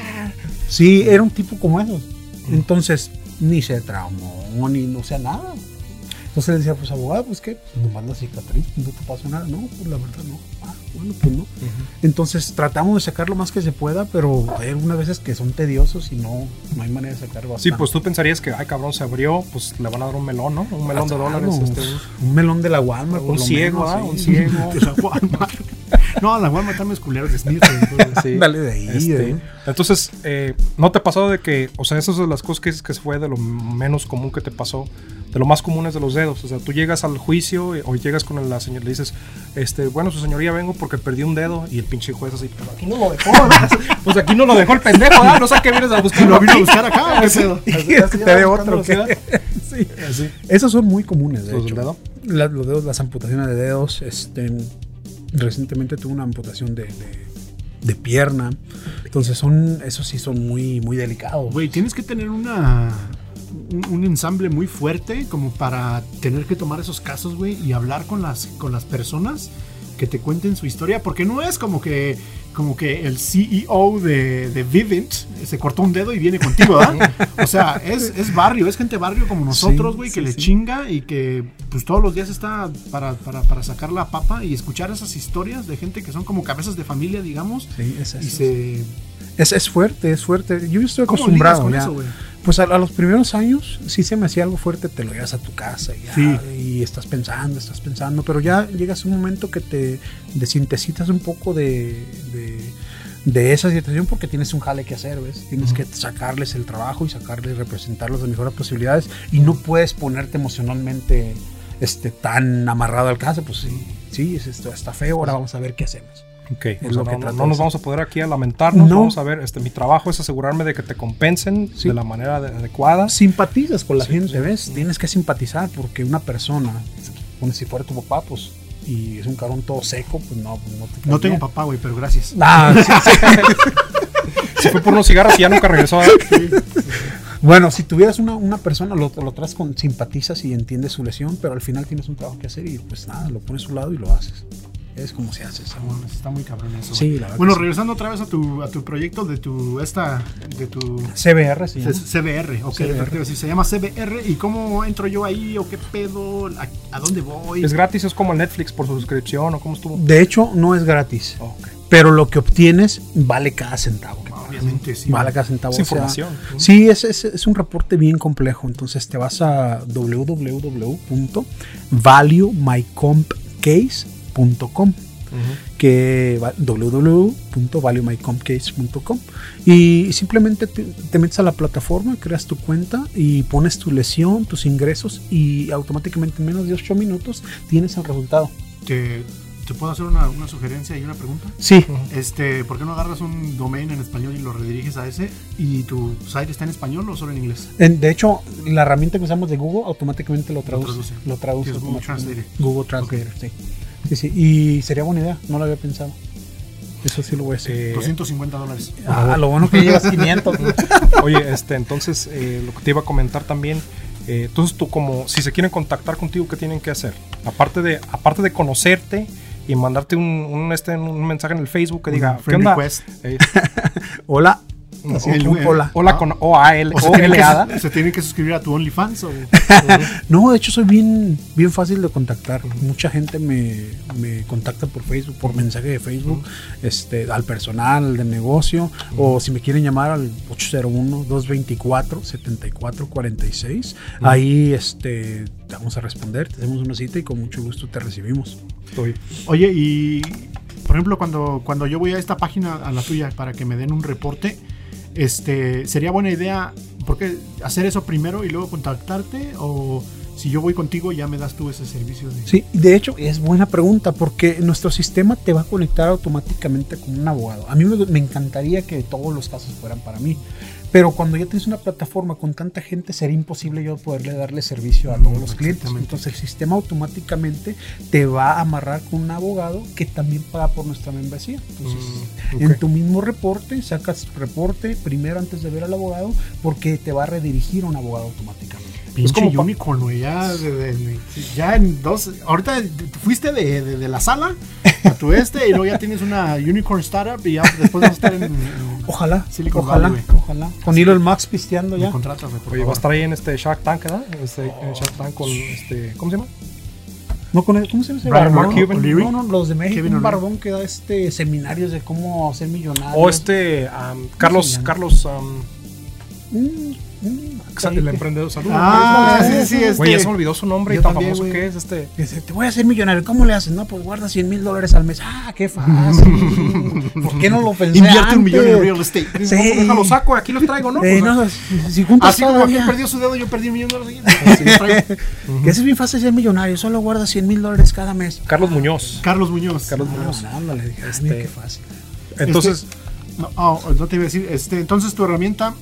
Sí, era un tipo como esos. Entonces, ni se traumó, ni no sea nada. Entonces le decía, pues abogado, pues qué, pues, nomás la cicatriz, no te pasó nada. No, pues la verdad no. Ah, bueno, pues no. Entonces tratamos de sacar lo más que se pueda, pero hay algunas veces que son tediosos y no, no hay manera de sacar bastante. Sí, pues tú pensarías que, ay cabrón, se abrió, pues le van a dar un melón, ¿no? Un melón de Ah, dólares. no, Este, un melón de la Walmart, por un lo ciego, menos, ¿ah? sí. Un ciego. De la Walmart. No, la Walmart también es culero de Smith. Entonces. Sí. Dale de ahí. Este, de ahí. entonces, eh, ¿no te pasó de que, o sea, esas son las cosas que dices que fue de lo menos común que te pasó, de lo más común es de los dedos? O sea, tú llegas al juicio eh, o llegas con la señora, le dices, este, bueno, su señoría, vengo porque perdí un dedo, y el pinche juez así, pero aquí no lo dejó, ¿verdad? Pues aquí no lo dejó el pendejo, ¿verdad? No sé qué vienes a buscar. ¿Lo vino a buscar acá o qué pedo? ¿Quieres que te dé otro? ¿Qué? Sí. Sí. Esos son muy comunes, de ¿Los hecho. del dedo? La- los dedos, las amputaciones de dedos. Este, recientemente tuve una amputación de, de, de pierna. Entonces, son, esos sí son muy, muy delicados. Güey, tienes que tener una un, un ensamble muy fuerte como para tener que tomar esos casos, güey, y hablar con las con las personas que te cuenten su historia, porque no es como que como que el C E O de, de Vivint se cortó un dedo y viene contigo, ¿verdad? O sea, es, es barrio, es gente barrio como nosotros, Sí, güey, que sí, le sí. chinga y que pues todos los días está para, para, para sacar la papa y escuchar esas historias de gente que son como cabezas de familia, digamos, Sí, es, y eso. se... es, es fuerte, es fuerte. Yo estoy ¿Cómo acostumbrado lidias con ya. eso, güey? Pues a, a los primeros años sí se me hacía algo fuerte, te lo llevas a tu casa y, ya, Sí. y estás pensando, estás pensando, pero ya llegas a un momento que te desintesitas un poco de, de, de esa situación porque tienes un jale que hacer, ¿ves? Tienes Ujú. que sacarles el trabajo y sacarles, representarlos de mejores posibilidades y no puedes ponerte emocionalmente este, tan amarrado al caso, pues sí, sí, es esto, está feo, ahora vamos a ver qué hacemos. Ok, Es o sea, lo no, que no- trato no de nos hacer. vamos a poder aquí a lamentarnos, No. vamos a ver, este, mi trabajo es asegurarme de que te compensen Sí. de la manera de- adecuada. Simpatizas con la Sí, gente, sí. ¿ves? Tienes que simpatizar porque una persona, bueno, si fuera tu papá, pues, y es un cabrón todo seco, pues no, pues, no te cae No tengo bien. papá, güey, pero gracias. Ah, sí, sí. Se fue por unos cigarros y ya nunca regresó. ¿eh? Bueno, si tuvieras una, una persona, lo, lo traes con simpatizas y entiendes su lesión, pero al final tienes un trabajo que hacer y pues nada, lo pones a su lado y lo haces. Es como se hace. Ah, bueno, está muy cabrón eso. Sí, güey. la verdad Bueno, que sí. regresando otra vez a tu, a tu proyecto de tu esta de tu C B R, sí. C- CBR, ok, C B R. efectivamente, sí, se llama C B R. ¿Y cómo entro yo ahí o qué pedo? ¿A, a dónde voy? Es gratis, es como el Netflix por suscripción o cómo estuvo. De hecho, no es gratis, Oh, ok. pero lo que obtienes vale cada centavo. Wow, bien Obviamente, sí. Vale cada centavo. Es o sea, información. sí, es, es, es un reporte bien complejo. Entonces te vas a w w w punto value my comp case punto com. Uh-huh. Que w w w punto value my comp case punto com y simplemente te, te metes a la plataforma, creas tu cuenta y pones tu lesión, tus ingresos y automáticamente en menos de ocho minutos tienes el resultado. ¿Te, te puedo hacer una, una sugerencia y una pregunta? Sí. Este, ¿por qué no agarras un domain en español y lo rediriges a ese y tu site está en español o solo en inglés? En, de hecho, la herramienta que usamos de Google automáticamente lo traduce. Lo traduce. Lo traduce Google Translator. Google Translator, okay. sí. Sí, sí, y sería buena idea, no lo había pensado. Eso sí lo voy a hacer. Eh, doscientos cincuenta dólares. Ah, lo bueno que llevas quinientos. Oye, este, entonces, eh, lo que te iba a comentar también, eh, entonces tú como, si se quieren contactar contigo, ¿qué tienen que hacer? Aparte de, aparte de conocerte y mandarte un, un, este, un mensaje en el Facebook que diga, ¿qué onda? Eh, Hola. No, Así, el, hola. Hola ah. con O A L. O se, tienen que, ¿Se tienen que suscribir a tu OnlyFans? O? No, de hecho soy bien, bien fácil de contactar. Mucha gente me, me contacta por Facebook, por mensaje de Facebook, uh-huh. este, al personal, del negocio, uh-huh. o si me quieren llamar al ocho cero uno, dos dos cuatro, siete cuatro cuatro seis. Uh-huh. Ahí este, te vamos a responder, te hacemos una cita y con mucho gusto te recibimos. Oye, Oye y por ejemplo, cuando, cuando yo voy a esta página, a la tuya, para que me den un reporte, Este, sería buena idea porque hacer eso primero y luego contactarte, o si yo voy contigo ya me das tú ese servicio de... Sí, de hecho es buena pregunta porque nuestro sistema te va a conectar automáticamente con un abogado. A mí me, me encantaría que todos los casos fueran para mí, pero cuando ya tienes una plataforma con tanta gente sería imposible yo poderle darle servicio a todos los clientes. Entonces el sistema automáticamente te va a amarrar con un abogado que también paga por nuestra membresía. Entonces mm, okay. en tu mismo reporte sacas tu reporte primero antes de ver al abogado porque te va a redirigir a un abogado automáticamente. Pinche es como unicorn, güey, ya, de, de, de, ya en dos, ahorita fuiste de, de, de la sala a tu este y luego ya tienes una unicorn startup y ya después vas a estar en, en ojalá, Silicon ojalá, Valley, ojalá, con Elon Musk pisteando ya. Contratas, por Oye, va a estar ahí en este Shark Tank, ¿verdad? Este, oh. En Shark Tank con este, ¿cómo se llama? No, con el, ¿cómo se llama ese Brian barbón? Mark No, no, los de México, Kevin un barbón que da este seminarios de cómo hacer millonarios. O este, um, Carlos, Carlos, um, mm, mm, el emprendedor salud. Ah, sí, sí, este. Güey, ya se me olvidó su nombre y tan famoso wey. Que es este. Dice, te voy a hacer millonario. ¿Cómo le haces? No, pues guarda cien mil dólares al mes. Ah, qué fácil. ¿Por qué no lo pensé Invierte antes? un millón en real estate. Sí. No, déjalo saco, aquí los traigo, ¿no? Eh, pues, no si juntas así como aquel perdió su dedo, yo perdí un millón de dólares. Así los traigo. Uh-huh. Que eso es bien fácil ser millonario. Solo guarda cien mil dólares cada mes. Carlos Muñoz. Carlos Muñoz. Carlos Muñoz. No, ándale, dije, este, mira qué fácil. Entonces. Este, no, oh, no te iba a decir, este, entonces tu herramienta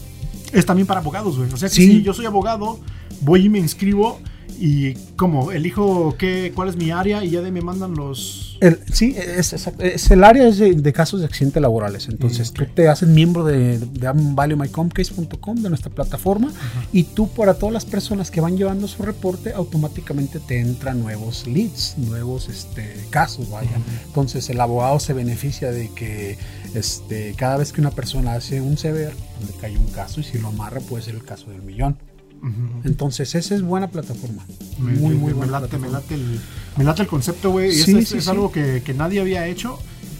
es también para abogados, güey. O sea, que sí. si yo soy abogado, voy y me inscribo y como elijo qué, cuál es mi área y ya de me mandan los... El, sí, es, es, es el área es de, de casos de accidentes laborales. Entonces okay. tú te haces miembro de, de value my comp case punto com, de nuestra plataforma, uh-huh. y tú para todas las personas que van llevando su reporte automáticamente te entran nuevos leads, nuevos este, casos, vaya. Uh-huh. Entonces el abogado se beneficia de que este, cada vez que una persona hace un sever, donde cae un caso y si lo amarra puede ser el caso del millón. Uh-huh. Entonces esa es buena plataforma, me, muy muy me, buena me late, plataforma. me late el, me late el concepto, güey, y sí, es, sí, es sí. algo que, que nadie había hecho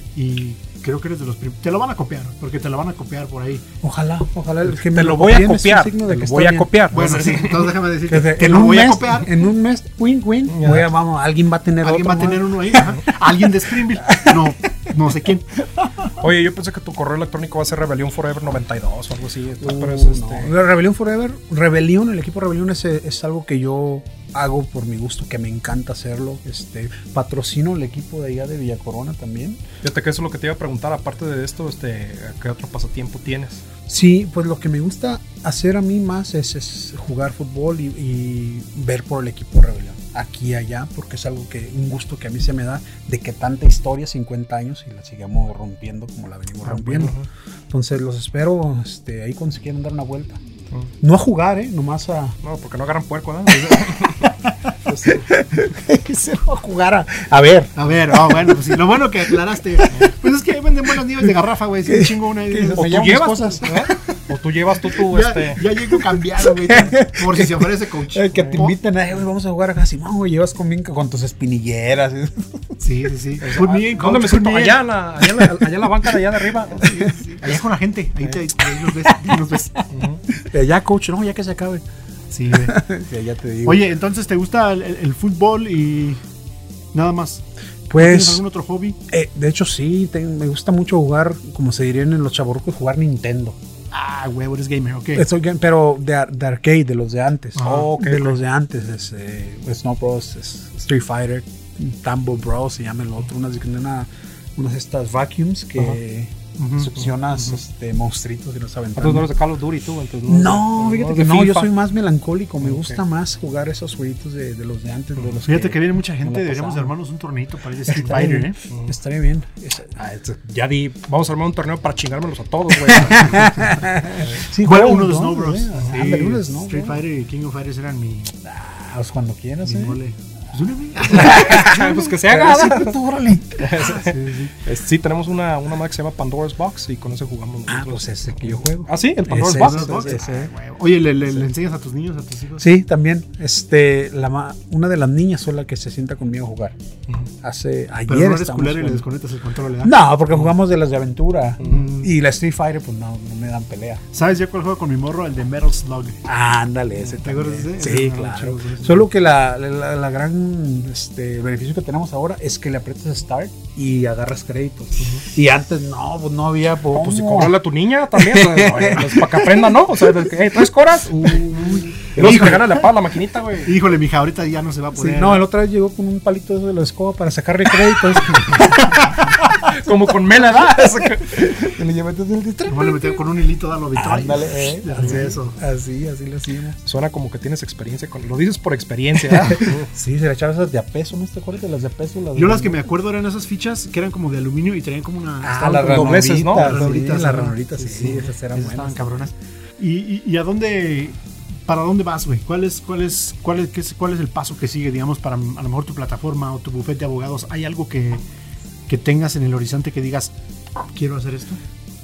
y creo que eres de los primeros. Te lo van a copiar, porque te lo van a copiar por ahí. Ojalá, ojalá el que me te lo, lo voy a copiar, te lo voy a copiar. Bueno, sí, entonces déjame decir que, que, que lo voy mes, a copiar. En un mes, win win, yeah. voy a, vamos, alguien va a tener alguien otro, va a tener uno ahí, ajá. Alguien de Springville, no, no sé quién. Oye, yo pensé que tu correo electrónico va a ser Rebelión Forever noventa y dos o algo así. Uh, pero es este... no. Rebelión Forever, Rebelión, el equipo Rebelión es, es algo que yo hago por mi gusto, que me encanta hacerlo. Este, patrocino el equipo de allá de Villa Corona también. Fíjate que eso es lo que te iba a preguntar, aparte de esto, este, ¿qué otro pasatiempo tienes? Sí, pues lo que me gusta hacer a mí más es, es jugar fútbol y, y ver por el equipo Rebelión, aquí y allá, porque es algo que, un gusto que a mí se me da, de que tanta historia, cincuenta años, y la sigamos rompiendo como la venimos rompiendo. Uh-huh. Entonces los espero este, ahí cuando se quieran dar una vuelta. Uh-huh. No a jugar, ¿eh? Nomás a... No, porque no agarran puerco, ¿no? Se va a jugar a, a ver. A ver, oh, bueno, pues sí, lo bueno que aclaraste. Pues es que venden buenas nieves de garrafa, güey. Si me chingo una idea. O tú llevas cosas, ¿no? O tú llevas tú tu ya, este. Ya llego cambiado, güey. Por si se ofrece coach. Eh, que te inviten a, güey, vamos a jugar acá. Simón, güey, llevas con, con tus espinilleras. Sí, sí, sí. ¿Dónde me siento? Allá en la, allá, la, allá en la banca de allá de arriba. Sí, sí. Allá con la gente, ahí, te, ahí los ves, ahí los ves. Uh-huh. Ya, coach, no, ya que se acabe. Sí, güey. Sí, ya te digo. Oye, entonces, ¿te gusta el, el, el fútbol y nada más? Pues, ¿Tienes algún otro hobby? Eh, de hecho, sí, te, me gusta mucho jugar, como se dirían en los chavorrucos, jugar Nintendo. Ah, güey, eres gamer, ok. Soy game, pero de, de arcade, de los de antes. Oh, okay, de okay. los de antes. Es eh, Snow Bros, es Street Fighter, Tumble Bros, se llama el otro. Unas, una, unas estas vacuums que uh-huh. succionas uh-huh. este, monstruitos y los aventas. ¿Tú no eres de Call of Duty tú? Entonces, no, fíjate que no, yo soy más melancólico. Me okay. gusta más jugar esos jueguitos de, de los de antes. De los fíjate que, que viene mucha gente, deberíamos de armarnos un torneito para ir a Street Fighter, ¿eh? Uh-huh. Estaría bien. Es, ah, ya di, vamos a armar un torneo para chingármelos a todos, güey. Sí, juega uno de Snow Bros. Sí, ándale, uno de Snow Street Fighter y King of Fighters eran mi... Ah, pues cuando quieras, mi eh. mole. Pues que se haga. Órale. Sí, sí. Sí, tenemos una, una más que se llama Pandora's Box y con eso jugamos nosotros. Ah, pues ese que yo juego. Ah, sí, el Pandora's ese, Box. Ese, Box. ese, ese. Ah, oye, ¿le, le, ¿le enseñas a tus niños, a tus hijos? Sí, también. Este, la ma, una de las niñas fue la que se sienta conmigo a jugar. Uh-huh. Hace ayer. Pero no eres culero y le desconectas el control, ¿verdad? No, porque jugamos de las de aventura. Uh-huh. Y la Street Fighter, pues no, no me dan pelea. ¿Sabes yo cuál juego con mi morro? El de Metal Slug. Ah, ándale, ese. ¿Te acuerdas de ese? Sí, claro. Solo que la, la, la gran este, beneficio que tenemos ahora es que le aprietas Start y agarras créditos. Uh-huh. Y antes no, pues no había. Pues, pues si cobrarle a tu niña también, pues, oye, pues, para que aprenda, ¿no? O sea, hey, ¿tres coras? Uy. Y luego se le gana la paz la maquinita, güey. Híjole, mija, ahorita ya no se va a poder. Sí, no, el otra vez llegó con un palito de la escoba para sacarle créditos. Como con mela, ¿verdad? Y le llevé desde el distrito. No le metí con un hilito a lo vital. Ándale, eh. Así eso. Así, así lo hacíamos. Suena como que tienes experiencia con. Lo dices por experiencia, ¿verdad? Sí, se le echaban esas de a peso, ¿no te acuerdas de las de a peso? Las Yo de las que me acuerdo eran esas fichas que eran como de aluminio y tenían como una. Ah, las dobleces, ¿no? Las ranuritas, las ranuritas, sí, sí, esas eran buenas. Estaban cabronas. ¿Y, y, y a dónde. ¿Para dónde vas, güey? ¿Cuál es, cuál, es, cuál, es, qué es, ¿Cuál es el paso que sigue, digamos, para a lo mejor tu plataforma o tu bufete de abogados? ¿Hay algo que, que tengas en el horizonte que digas, quiero hacer esto?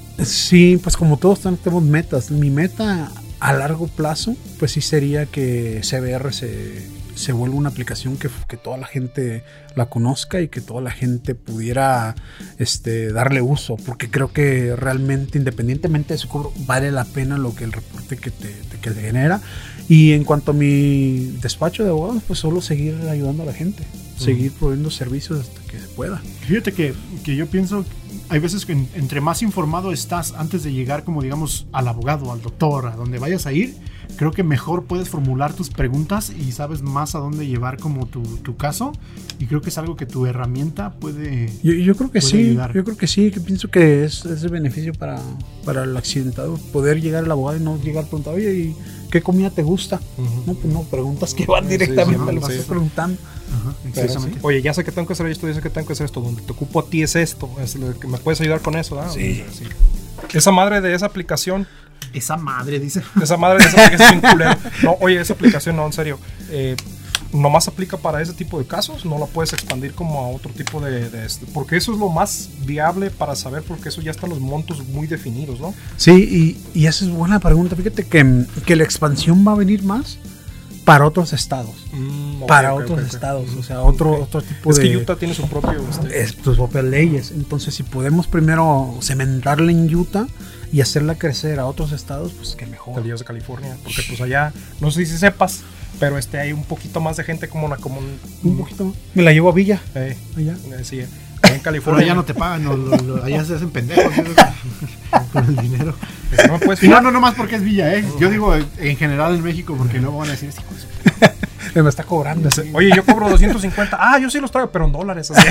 Sí, pues como todos tenemos metas. Mi meta a largo plazo, pues sí sería que C B R se, se vuelva una aplicación que, que toda la gente la conozca y que toda la gente pudiera este, darle uso, porque creo que realmente, independientemente de su cobro, vale la pena lo que el reporte que te, te, que te genera. Y en cuanto a mi despacho de abogados, pues solo seguir ayudando a la gente, uh-huh. seguir proveyendo servicios hasta que se pueda. Fíjate que, que yo pienso, hay veces que en, entre más informado estás antes de llegar, como digamos, al abogado, al doctor, a donde vayas a ir, creo que mejor puedes formular tus preguntas y sabes más a dónde llevar como tu, tu caso, y creo que es algo que tu herramienta puede Yo, yo creo que sí, ayudar. yo creo que sí, que pienso que es, es de beneficio para, para el accidentado, poder llegar al abogado y no llegar preguntando, oye, ¿y qué comida te gusta? Uh-huh. No, pues no, preguntas que van directamente, sí, sí, no, lo sí, estás sí. preguntando. Ajá, sí. Oye, ya sé que tengo que hacer esto, ya sé que tengo que hacer esto, donde te ocupo a ti es esto, es lo que me puedes ayudar con eso, ¿verdad? Sí. sí. Esa madre de esa aplicación. Esa madre, dice. Esa madre de esa aplicación culero. No, oye, esa aplicación, no, en serio. Eh, ¿Nomás aplica para ese tipo de casos? ¿No la puedes expandir como a otro tipo de, de este? Porque eso es lo más viable para saber, porque eso ya están los montos muy definidos, ¿no? Sí, y, y esa es buena pregunta. Fíjate que, que la expansión va a venir más para otros estados. Mm, okay, para okay, otros okay, estados, okay. O sea, otro, okay. otro tipo es de... Es que Utah tiene su propio... Este... Es, sus propias leyes. Entonces, si podemos primero cementarla en Utah y hacerla crecer a otros estados, pues que mejor. Te de California, porque pues allá, no sé si sepas, pero este hay un poquito más de gente como una... Como un, un poquito más. Me la llevo a Villa. Eh, allá. Eh, sí, en California. Pero allá no te pagan, no, lo, lo, allá se hacen pendejos con el dinero. No, me puedes y no, no, no más porque es Villa, ¿eh? Yo digo en general en México, porque luego van a decir, hijo de su... me está cobrando. Sí. Oye, yo cobro doscientos cincuenta. Ah, yo sí los traigo, pero en dólares. Así.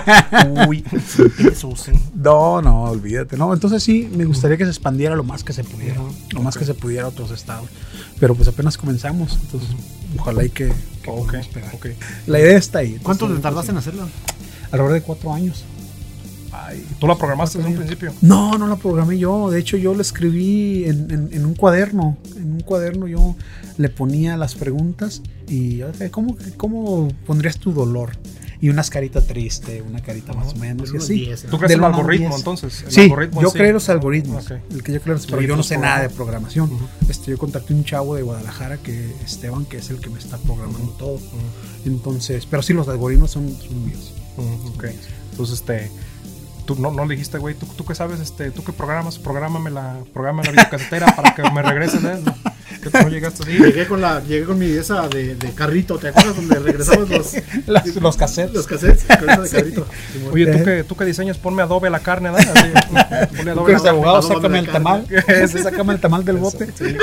Uy, eso sí. No, no, olvídate. No, entonces sí, me gustaría que se expandiera lo más que se pudiera. Uh-huh. Lo okay. más que se pudiera a otros estados. Pero pues apenas comenzamos. Entonces, uh-huh. ojalá y que, que okay. okay. La idea está ahí. ¿Cuánto te tardaste en hacerlo? Alrededor de cuatro años. Ay, ¿tú la programaste desde un principio? No, no la programé yo. De hecho, yo la escribí en, en, en un cuaderno. En un cuaderno yo le ponía las preguntas y okay, ¿cómo, ¿cómo pondrías tu dolor? Y unas caritas tristes, una carita más o menos. Y así. diez, ¿no? ¿Tú crees el algoritmo entonces? ¿El sí, algoritmo yo sí? creo los algoritmos. Okay. El que yo creo, pero yo no sé nada de programación. Uh-huh. Este, yo contacté a un chavo de Guadalajara, que Esteban, que es el que me está programando uh-huh. todo. Uh-huh. Entonces, pero sí, los algoritmos son, son míos. Uh-huh. Okay. Entonces, este... tú no, no le dijiste, güey, ¿tú, tú qué sabes, este, tú qué programas, prográmame la, programa la videocasetera para que me regresen, ¿eh? ¿No? Que tú no llegaste así. Llegué con la, llegué con mi esa de, de carrito, ¿te acuerdas donde regresamos los, Los, los cassettes. los cassettes? Con esa de carrito. Oye, ¿tú qué, tú qué diseñas? Ponme adobe a la carne, ¿no? Así, ponle Tú adobe que a eres la abogado, adobo de sácame la el carne. tamal. Ese, sácame el tamal del bote. Sí.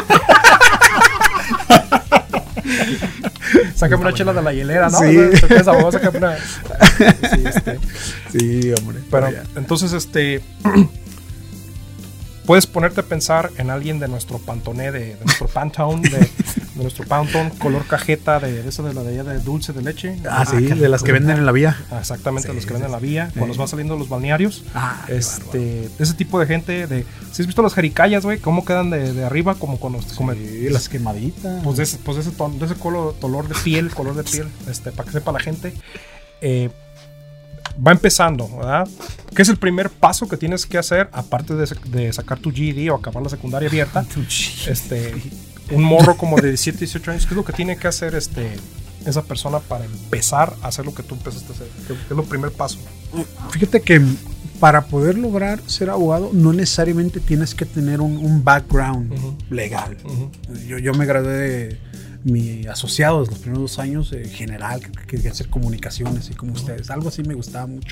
Sácame una chela de la hielera, ¿no? Sí. O sea, tú que eres abogado, sácame una. Sí, este. Sí, hombre. Pero ya. entonces, este. Puedes ponerte a pensar en alguien de nuestro Pantone, de, de nuestro Pantone, de, de nuestro Pantone color cajeta, de, de eso de la de allá de dulce de leche. Ah, sí, de las que venden en la vía. Ah, exactamente, Sí, los que sí, venden en la sí. vía, cuando Sí. van saliendo los balnearios. Ah, qué este, ese tipo de gente, de, ¿sí has visto las jericayas, güey? ¿Cómo quedan de, de arriba? Como con los, como, Sí, las quemaditas. pues de ese, pues de ese, ton- de ese color, color de piel, color de piel, este, para que sepa la gente. Eh, va empezando, ¿verdad? ¿Qué es el primer paso que tienes que hacer, aparte de, de sacar tu G E D o acabar la secundaria abierta? Este, un morro como de diecisiete, dieciocho años, ¿qué es lo que tiene que hacer este, esa persona para empezar a hacer lo que tú empezaste a hacer? ¿Qué, qué es lo primer paso? Fíjate que para poder lograr ser abogado no necesariamente tienes que tener un, un background Ujú. legal. Ujú. Yo, yo me gradué de mi asociado los primeros dos años de general, que quería hacer comunicaciones así como ustedes. Algo así me gustaba mucho.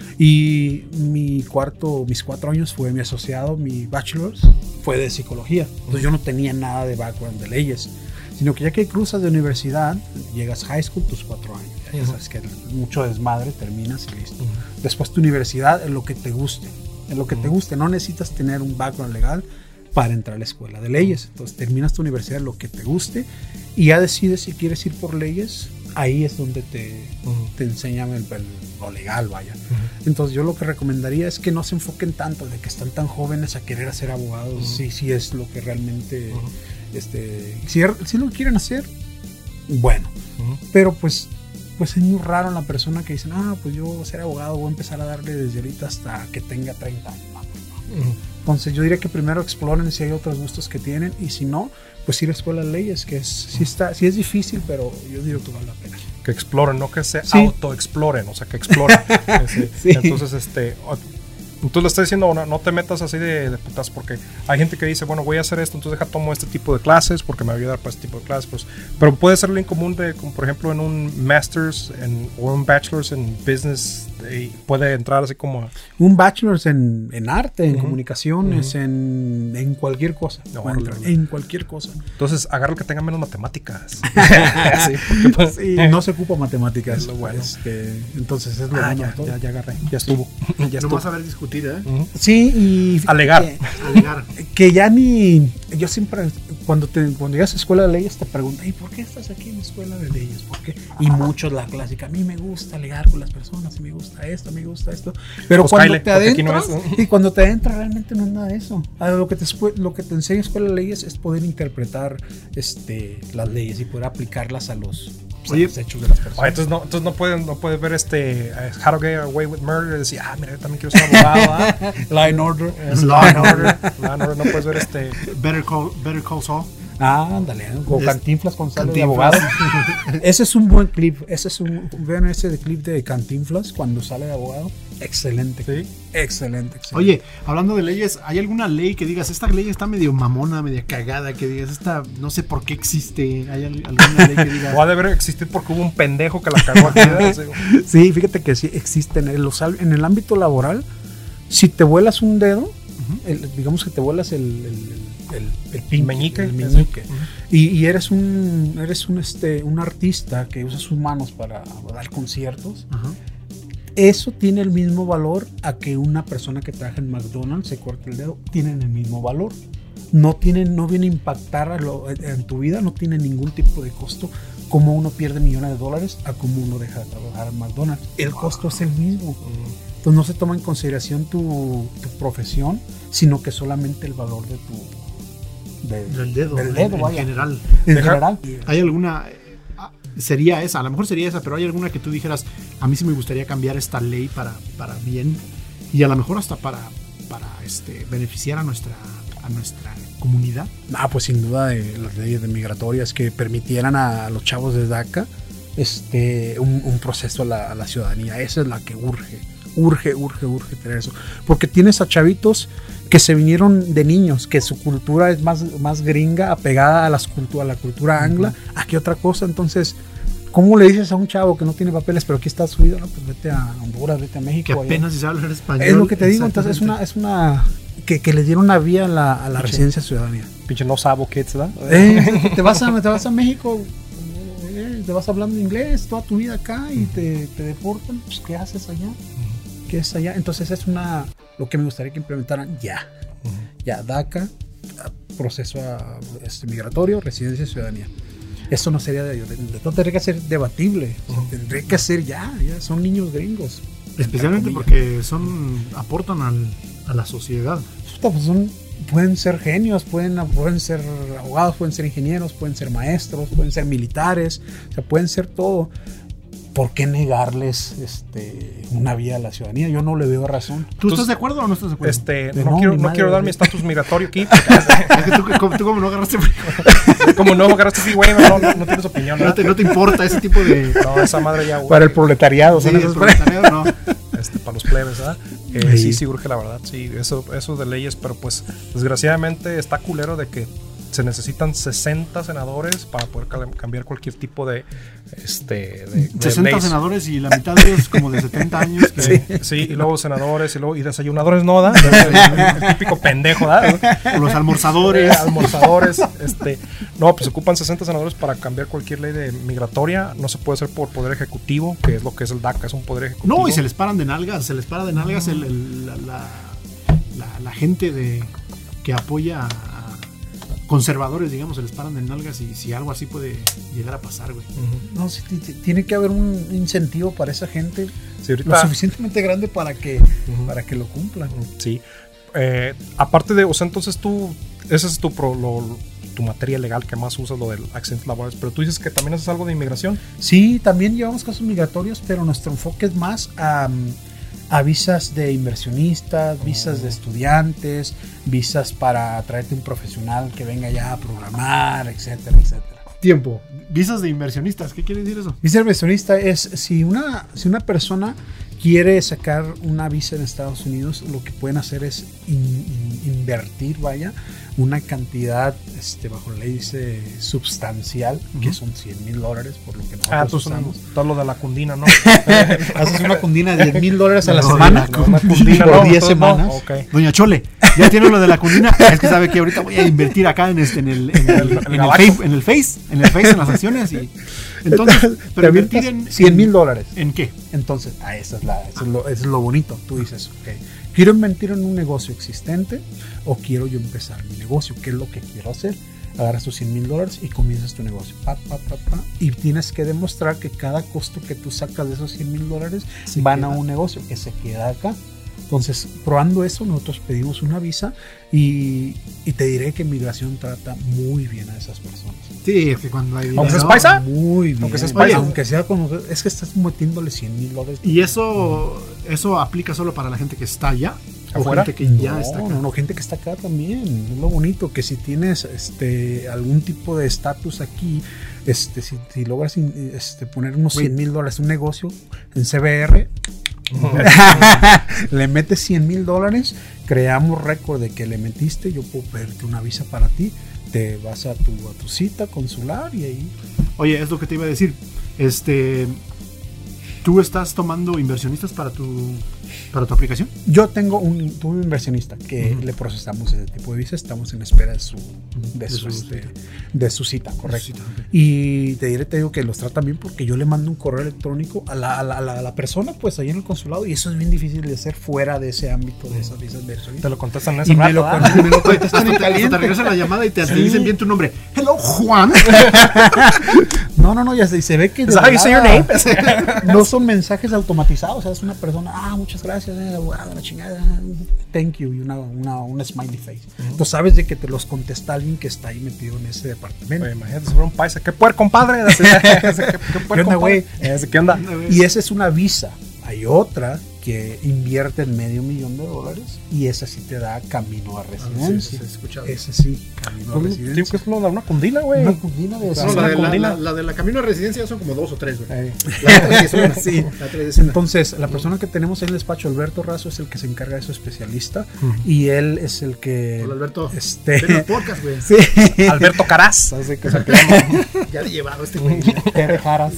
Y mi cuarto, mis cuatro años fue mi asociado, mi bachelor's, fue de psicología. Entonces yo no tenía nada de background de leyes. Sino que ya que cruzas de universidad, llegas high school, tus cuatro años. Ya, ya sabes que mucho desmadre, terminas y listo. Ujú. Después tu universidad en lo que te guste. En lo que te guste. No necesitas tener un background legal para entrar a la escuela de leyes. Entonces terminas tu universidad en lo que te guste y ya decides si quieres ir por leyes. Ahí es donde te, Ujú. te enseñan el, el- lo legal, vaya. Ujú. Entonces yo lo que recomendaría es que no se enfoquen tanto de que están tan jóvenes a querer hacer abogados. Ujú. Sí, sí es lo que realmente, Ujú. este, si, si lo quieren hacer, bueno. Ujú. Pero pues, pues es muy raro en la persona que dicen, ah, pues yo voy a ser abogado, voy a empezar a darle desde ahorita hasta que tenga treinta años. No, no, no. Ujú. Entonces yo diría que primero exploren si hay otros gustos que tienen y si no, pues ir a escuela de leyes, que es, sí, está, sí es difícil, pero yo digo que vale la pena. Que exploren, no que se Sí. autoexploren, o sea, que exploren. Ese- Sí. Entonces, este, o- entonces le estoy diciendo, no, no te metas así de, de putas, porque hay gente que dice, bueno, voy a hacer esto, entonces deja tomo este tipo de clases porque me va a ayudar para este tipo de clases, pues, pero puede ser en común de, como por ejemplo, en un master's en, o un bachelor's en business, y puede entrar así como a- Un bachelor's en, en arte, en Ujú. comunicaciones, en, en cualquier cosa. No, Pueden órale, entrar, órale. en cualquier cosa. entonces agarra el que tenga menos matemáticas. Sí, porque, pues, Sí, no se ocupa matemáticas. Es lo bueno. Este, entonces es lo ah, bueno ya, de todo. ya, ya agarré, ya estuvo. Ya No estuvo. vas a ver discutir, ¿eh? Ujú. Sí, y Alegar. Que, Alegar. que ya ni. Yo siempre, cuando, te, cuando llegas a escuela de leyes, te preguntan, ¿y por qué estás aquí en la escuela de leyes? ¿Por qué? Y muchos la clásica, a mí me gusta alegar con las personas, y me gusta esto, me gusta esto. Pero Pues cuando cáele, te porque aquí no adentras, es. y cuando te adentras, realmente no es nada de eso. Ah, Lo que te, escu- lo que te enseña la escuela de leyes es poder interpretar este, las leyes y poder aplicarlas a los, a Oye, los hechos de las Ah, personas. entonces no, entonces no pueden, no puedes ver este eh, How to Get Away with Murder y decir, ah, mira, yo también quiero ser abogado, ¿ah? Law and Order. Es Law and Order. Law and Order, no puedes ver este. Better Call, Better Call Saul. Ah, ándale, o Es- Cantinflas con sale de Cantinflas. abogado. Ese es un buen clip. Ese es un. Vean ese de clip de Cantinflas cuando sale de abogado. Excelente. Sí. Excelente, excelente. Oye, hablando de leyes, ¿hay alguna ley que digas, esta ley está medio mamona, media cagada, que digas, esta no sé por qué existe? ¿Hay al- alguna ley que digas? O ha de haber existido porque hubo un pendejo que la cagó aquí. ¿verdad? Sí. Sí, fíjate que sí existen. En, los, al- en el ámbito laboral, si te vuelas un dedo, el- digamos que te vuelas el, el, el, el pinky, Meñique. el meñique, Ujú. y, y eres un eres un este un artista que usa sus manos para dar conciertos. Ajá. Eso tiene el mismo valor a que una persona que trabaja en McDonald's se corte el dedo. Tienen el mismo valor. No tienen, no viene a impactar a lo- en tu vida, no tiene ningún tipo de costo. Como uno pierde millones de dólares a como uno deja de trabajar en McDonald's. El costo es el mismo. Entonces no se toma en consideración tu, tu profesión, sino que solamente el valor de tu de- Del dedo, del en- dedo, en, vaya. general. En Deja- general. ¿Hay alguna, eh, ah, sería esa, a lo mejor sería esa, pero hay alguna que tú dijeras, a mí sí me gustaría cambiar esta ley para, para bien y a lo mejor hasta para, para este, beneficiar a nuestra, a nuestra comunidad? Ah, pues sin duda de las leyes de migratorias que permitieran a los chavos de DACA este, un, un proceso a la, a la ciudadanía. Esa es la que urge urge, urge, urge tener eso. Porque tienes a chavitos que se vinieron de niños, que su cultura es más, más gringa, apegada a, las cultu- a la cultura angla, a qué otra cosa. Entonces, ¿cómo le dices a un chavo que no tiene papeles, pero aquí está subido? No, pues vete a Honduras, vete a México. Que apenas si sabe hablar español. Es lo que te digo, entonces es una, es una que, que le dieron una vía a la, a la residencia ciudadanía. Pinche no sabo kids, ¿verdad? Eh, te, vas a, te vas a México, eh, te vas hablando inglés toda tu vida acá y te, te deportan, pues ¿qué haces allá? ¿Qué es allá? Entonces es una, lo que me gustaría que implementaran ya, ya, DACA, proceso a, este, migratorio, residencia ciudadanía. Eso no sería de, de, de no tendría que ser debatible, o sea, tendría que ser ya, ya, son niños gringos. Especialmente porque son aportan al, a la sociedad. Pues son, pueden ser genios, pueden, pueden ser abogados, pueden ser ingenieros, pueden ser maestros, pueden ser militares, o sea, pueden ser todo. ¿Por qué negarles este, una vía a la ciudadanía? Yo no le veo razón. ¿Tú estás de acuerdo o no estás de acuerdo? Este, De no, no, quiero, mi no madre, quiero dar güey. mi estatus migratorio aquí. Es que tú, como, tú como no agarraste frío, Como no agarraste así, güey, no, no, no tienes opinión. no ¿no? te, no te importa ese tipo de... No, esa madre ya, güey. Para el proletariado, Sí, son el esos- proletariado, no. Este, para los plebes, ¿verdad? Eh, Sí. sí, sí urge la verdad, sí, eso, eso de leyes, pero pues desgraciadamente está culero de que se necesitan sesenta senadores para poder cal- cambiar cualquier tipo de, este, de, de sesenta leyes. senadores y la mitad de ellos como de setenta años. Que, Sí, sí, y luego senadores y luego y desayunadores no, ¿verdad? El típico pendejo, ¿verdad? o los almorzadores. Almorzadores, este, no, pues ocupan sesenta senadores para cambiar cualquier ley de migratoria, no se puede hacer por poder ejecutivo, que es lo que es el DACA, es un poder ejecutivo. No, y se les paran de nalgas, se les para de nalgas el, el- la, la, la- la gente de que apoya a conservadores, digamos, se les paran de nalgas y si algo así puede llegar a pasar, güey. Ujú. No, sí, t- t- tiene que haber un incentivo para esa gente Sí, ahorita- lo suficientemente grande para que, Ujú. para que lo cumplan. Sí. Eh, aparte de, o sea, entonces tú, esa es tu, pro- lo- tu materia legal que más usas, lo del accidentes laborales, pero tú dices que también haces algo de inmigración. Sí, también llevamos casos migratorios, pero nuestro enfoque es más a, a visas de inversionistas, visas de estudiantes, visas para traerte un profesional que venga ya a programar, etcétera, etcétera. Tiempo. Visas de inversionistas, ¿qué quiere decir eso? Visa de inversionista es si una, si una persona quiere sacar una visa en Estados Unidos, lo que pueden hacer es in- in- invertir, vaya, una cantidad, este, bajo la ley dice substancial, que Ujú. son cien mil dólares, por lo que nosotros Ah, tú son usamos. todo lo de la cundina, ¿no? Haces una cundina de diez mil dólares a la No, semana no, Una cundina, por ¿no? diez Entonces, no. semanas. Ok. Doña Chole, ya tiene lo de la cundina. Es que sabe que ahorita voy a invertir acá en, este, en, el, en, el, en, el, gabacho. face, en el Face, en el Face, en las acciones. Y, entonces, Te pero invertir en... cien mil dólares. ¿En qué? Entonces, ah, esa es la, eso, es lo, eso es lo bonito. Tú dices, ok, quiero invertir en un negocio existente o quiero yo empezar mi negocio. ¿Qué es lo que quiero hacer? Agarras tus cien mil dólares y comienzas tu negocio. Pa, pa, pa, pa, y tienes que demostrar que cada costo que tú sacas de esos cien mil dólares Se van queda. a un negocio que se queda acá. Entonces, probando eso, nosotros pedimos una visa y, y te diré que Migración trata muy bien a esas personas. Sí, es que cuando hay Aunque seas dinero- paisa. Muy bien. Aunque seas Oye, paisa. aunque sea con nosotros, es que estás metiéndole cien mil dólares. ¿Y eso, eso aplica solo para la gente que está allá? ¿O ¿Afuera? gente que ya no, está acá? No, no, gente que está acá también. Es lo bonito, que si tienes este algún tipo de estatus aquí, este, si, si logras in- este, poner unos Güey. cien mil dólares un negocio en C B R, le metes cien mil dólares, creamos récord de que le metiste, yo puedo pedirte una visa para ti, te vas a tu, a tu cita consular y ahí. Oye, es lo que te iba a decir. Este, ¿tú estás tomando inversionistas para tu, para tu aplicación? Yo tengo un, tuve un inversionista que Ujú. le procesamos ese tipo de visa, estamos en espera de su, de De su, su este, cita. de su cita, correcto. Sí, ok. Y te diré, te digo que los tratan bien porque yo le mando un correo electrónico a la, a la, a la, a la persona, pues ahí en el consulado, y eso es bien difícil de hacer fuera de ese ámbito de esa visa inversionista. Te lo contestan en ese Y me rato, lo, ¿verdad? me lo Oye, contestan hasta en te, hasta te caliente. regresan la llamada y te, te Sí. dicen bien tu nombre. Hello, Juan. No, no, no, ya se, y se ve que de Is that how you say your volada no son mensajes automatizados, o sea, es una persona, ah, muchas gracias, eh, abogado, la chingada, thank you, y una, una, una smiley face. Tú sabes de que te los contesta alguien que está ahí metido en ese departamento. Oye, imagínate si fuera un paisa. ¿Qué puer, compadre? ¿Qué, qué, qué puer, ¿Qué onda, güey? compadre? Ese, ¿Qué onda? Y esa es una visa. Hay otra que invierte medio millón de dólares y ese sí te da camino a residencia. Ah, sí, sí, sí, ese sí, camino a Digo residencia. que es lo de una cundina, güey. Una cundina de No, esas. la, una de la, cundina. la- la de la camino a residencia son como dos o tres, güey. Eh, La otra sí es una. Sí. La otra es una. Entonces, la persona que tenemos en el despacho, Alberto Razo, es el que se encarga de su especialista Ujú. y él es el que... Hola, Alberto. Este, Ven al podcast, güey. sí. Alberto Caraz, así que se llama. Ya le he llevado este güey. Te dejaras.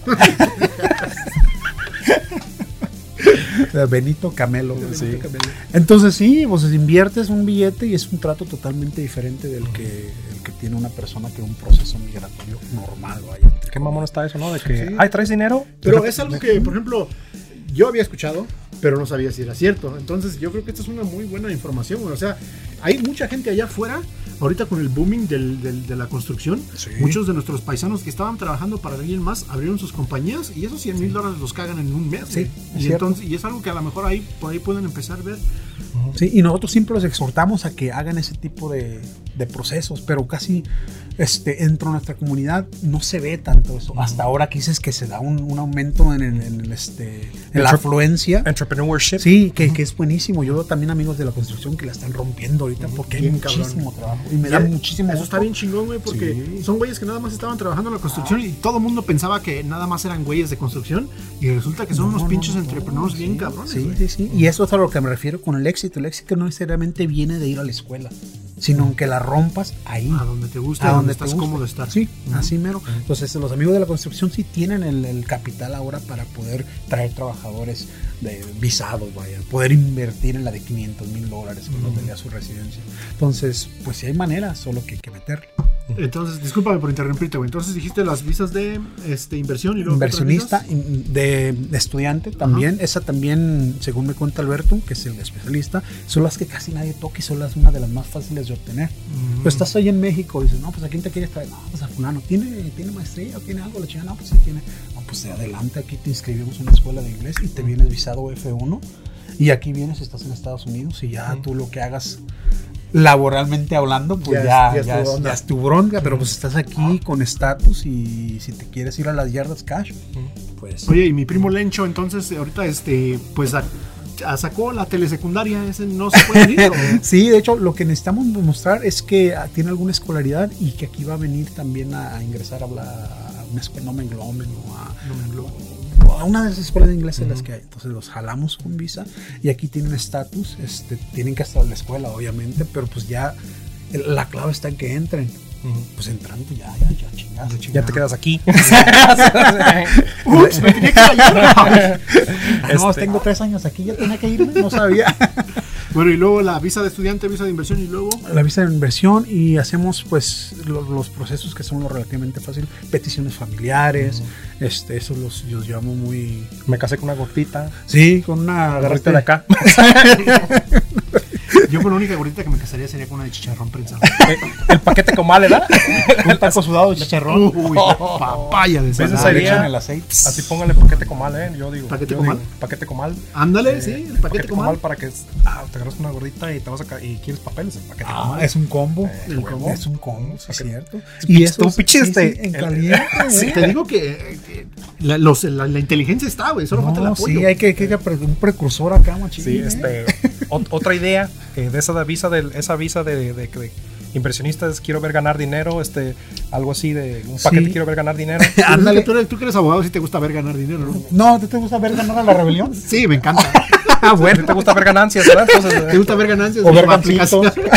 Benito Camelo. Sí. Benito Camelo. Entonces sí, pues inviertes un billete y es un trato totalmente diferente del que, el que tiene una persona que un proceso migratorio normal, vaya. Qué mamón está eso, ¿no? De que, Sí. ay, ¿traes dinero? Pero es algo que, por ejemplo, yo había escuchado, pero no sabía si era cierto. Entonces, yo creo que esta es una muy buena información, güey. O sea, hay mucha gente allá afuera, ahorita con el booming del, del- de la construcción. Sí. Muchos de nuestros paisanos que estaban trabajando para alguien más abrieron sus compañías y esos cien mil dólares los cagan en un mes. Sí, güey. es y, cierto. entonces, y es algo que a lo mejor ahí, por ahí pueden empezar a ver. Sí, y nosotros siempre los exhortamos a que hagan ese tipo de, de procesos, pero casi este, dentro de nuestra comunidad no se ve tanto eso. Hasta ahora que dices que se da un, un aumento en, el, en, el, este, en la Entre- afluencia. Entrepreneurship. Sí, que, que es buenísimo. Yo veo también amigos de la construcción que la están rompiendo ahorita porque hay Bien cabrón. muchísimo trabajo. Y me da Y muchísimo Eso gusto. está bien chingón, güey, porque Sí. son güeyes que nada más estaban trabajando en la construcción y todo el mundo pensaba que nada más eran güeyes de construcción y resulta que son No, unos no, pinches no, entrepreneurs sí, bien cabrones. Sí, güey. sí, sí. Y eso es a lo que me refiero con el éxito. El éxito no necesariamente viene de ir a la escuela, sino que la rompas ahí. A donde te gusta, A a donde donde estás te guste. cómodo estar. Sí, Ujú. así mero. Entonces, los amigos de la construcción sí tienen el, el capital ahora para poder traer trabajadores de visados, vaya, poder invertir en la de quinientos mil dólares cuando tenía su residencia. Entonces, pues sí hay maneras, solo que hay que meterle. Entonces, discúlpame por interrumpirte, güey. Entonces dijiste las visas de este, inversión y luego. ¿qué otras Inversionista, visas? in- de, de estudiante también. Esa también, según me cuenta Alberto, que es el especialista, son las que casi nadie toca y son las una de las más fáciles de obtener. Mm. Pues estás ahí en México y dices, no, pues ¿a quién te quieres traer? No, pues a fulano. ¿Tiene, ¿tiene maestría o tiene algo? Le chingan, no, pues sí tiene. No, pues adelante, aquí te inscribimos en una escuela de inglés y te vienes visado F uno. Y aquí vienes, estás en Estados Unidos y ya tú lo que hagas laboralmente hablando, pues Ya ya, es- ya es ya, tu es, onda. ya es tu bronca, pero pues estás aquí con estatus y si te quieres ir a las yardas cash, pues... Oye, y mi primo Lencho, entonces, ahorita, este, pues a- a- sacó la telesecundaria, ese no se puede ir. ¿O? Sí, de hecho, lo que necesitamos demostrar es que ah, tiene alguna escolaridad y que aquí va a venir también a, a ingresar a, la, a una escuela, no me engloben, o a, No me englobo. o a una de las escuelas de inglés en las que hay. Entonces los jalamos con visa y aquí tienen estatus, este, tienen que estar en la escuela, obviamente, pero pues ya el- la clave está en que entren. Pues entrando ya, ya, ya chingaste. Ya te quedas aquí. Ups, me tenía que callar. No, Este- tengo tres años aquí, ya tenía que irme, no sabía. Bueno, y luego la visa de estudiante, visa de inversión y luego. La visa de inversión y hacemos pues lo- los procesos que son lo relativamente fácil, peticiones familiares, este, eso los, los llamo muy... Me casé con una gordita. Sí, con una Agarraste de acá. Yo con la única gordita que me casaría sería con una de chicharrón prensado. Eh, El paquete comal, ¿verdad? un taco sudado de chicharrón. Uy, papaya de ¿Ves esa. esa Le idea? echan el aceite. Así póngale paquete comal, ¿eh? Yo digo. ¿Paquete yo comal? digo, paquete comal. Ándale, Eh, sí, el paquete comal. para que ah, te agarras una gordita y te vas a ca- y quieres papeles, el paquete Ah, comal. es un combo. Eh, El huevo. combo. Es un combo, sí, es Paquete- cierto. Y eso tú, es- pinche, sí, este, sí, en el- caliente. Sí, ¿eh? te digo que, eh, que la, los- la- la inteligencia está, güey. Solo falta el No, apoyo. sí, hay que, que, que pre- un precursor acá, machín. Sí, ¿eh? este, ot- otra idea eh, de esa de visa de esa visa de, de, de inversionistas, quiero ver ganar dinero, este, algo así de un paquete, Sí. quiero ver ganar dinero. Pues es que Ándale. Tú, eres, tú que eres abogado, sí te gusta ver ganar dinero, ¿no? No, ¿te, te gusta ver ganar a la rebelión? Sí, me encanta. Ah, Bueno, te gusta ver ganancias, ¿verdad? Entonces, ¿Te eh, gusta ver ganancias? O de ver tu aplicación? gancitos.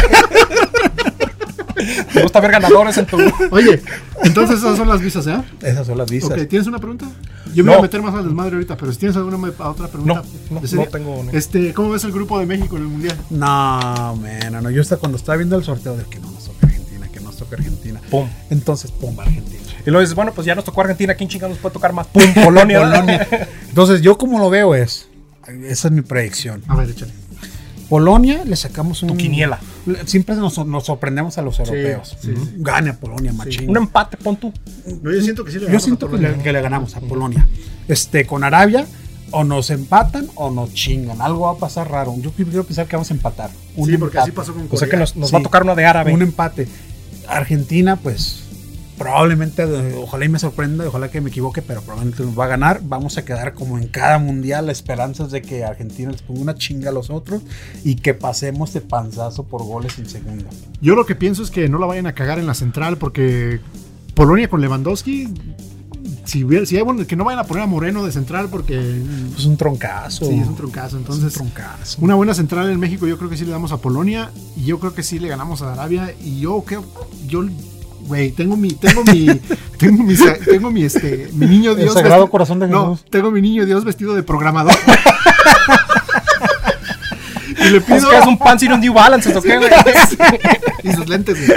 te gusta ver ganadores en tu. Oye, entonces esas son las visas, ¿eh? Esas son las visas. Ok, ¿tienes una pregunta? Yo me voy No. a meter más al desmadre ahorita, pero si tienes alguna me- otra pregunta. No, no, ¿de serio? no tengo ni- Este, ¿cómo ves el grupo de México en el Mundial? No, man, no, no. Yo hasta cuando estaba viendo el sorteo de que no nos toca Argentina, que nos toca Argentina. Pum. Entonces, pum, Argentina. Y luego dices, bueno, pues ya nos tocó Argentina, ¿quién chingados nos puede tocar más? Pum, Polonia. Polonia. Entonces, yo como lo veo es, esa es mi predicción. A ver, échale. Polonia le sacamos un... Tu quiniela. Siempre nos, nos sorprendemos a los europeos. sí, sí. Gane a Polonia, machín. Un empate, pon tú. No, yo siento que sí le Yo ganamos siento a que Polonia. le, que le ganamos a Polonia. Este, con Arabia, o nos empatan o nos chingan. Algo va a pasar raro. Yo quiero pensar que vamos a empatar. Un Sí, porque así empate. pasó con O sea que Corea. nos, nos Sí. va a tocar una de árabe. Un empate. Argentina, pues, probablemente, ojalá y me sorprenda, ojalá que me equivoque, pero probablemente nos va a ganar. Vamos a quedar como en cada mundial, la esperanza es de que Argentina les ponga una chinga a los otros y que pasemos de panzazo por goles en segunda. Yo lo que pienso es que no la vayan a cagar en la central, porque Polonia con Lewandowski, si, hubiera, si hay bueno, que no vayan a poner a Moreno de central, porque es un troncazo. Sí, es un troncazo. Entonces, es un troncazo. Una buena central en México, yo creo que sí le damos a Polonia, y yo creo que sí le ganamos a Arabia, y yo creo, yo güey, tengo mi, tengo mi, tengo mi, tengo mi, este, mi niño Dios. El Sagrado vestido, Corazón de Jesús. No, tengo mi niño Dios vestido de programador. Y le pido. Es que es un pan sin un New Balance, ¿o qué, güey? Y sus lentes, güey.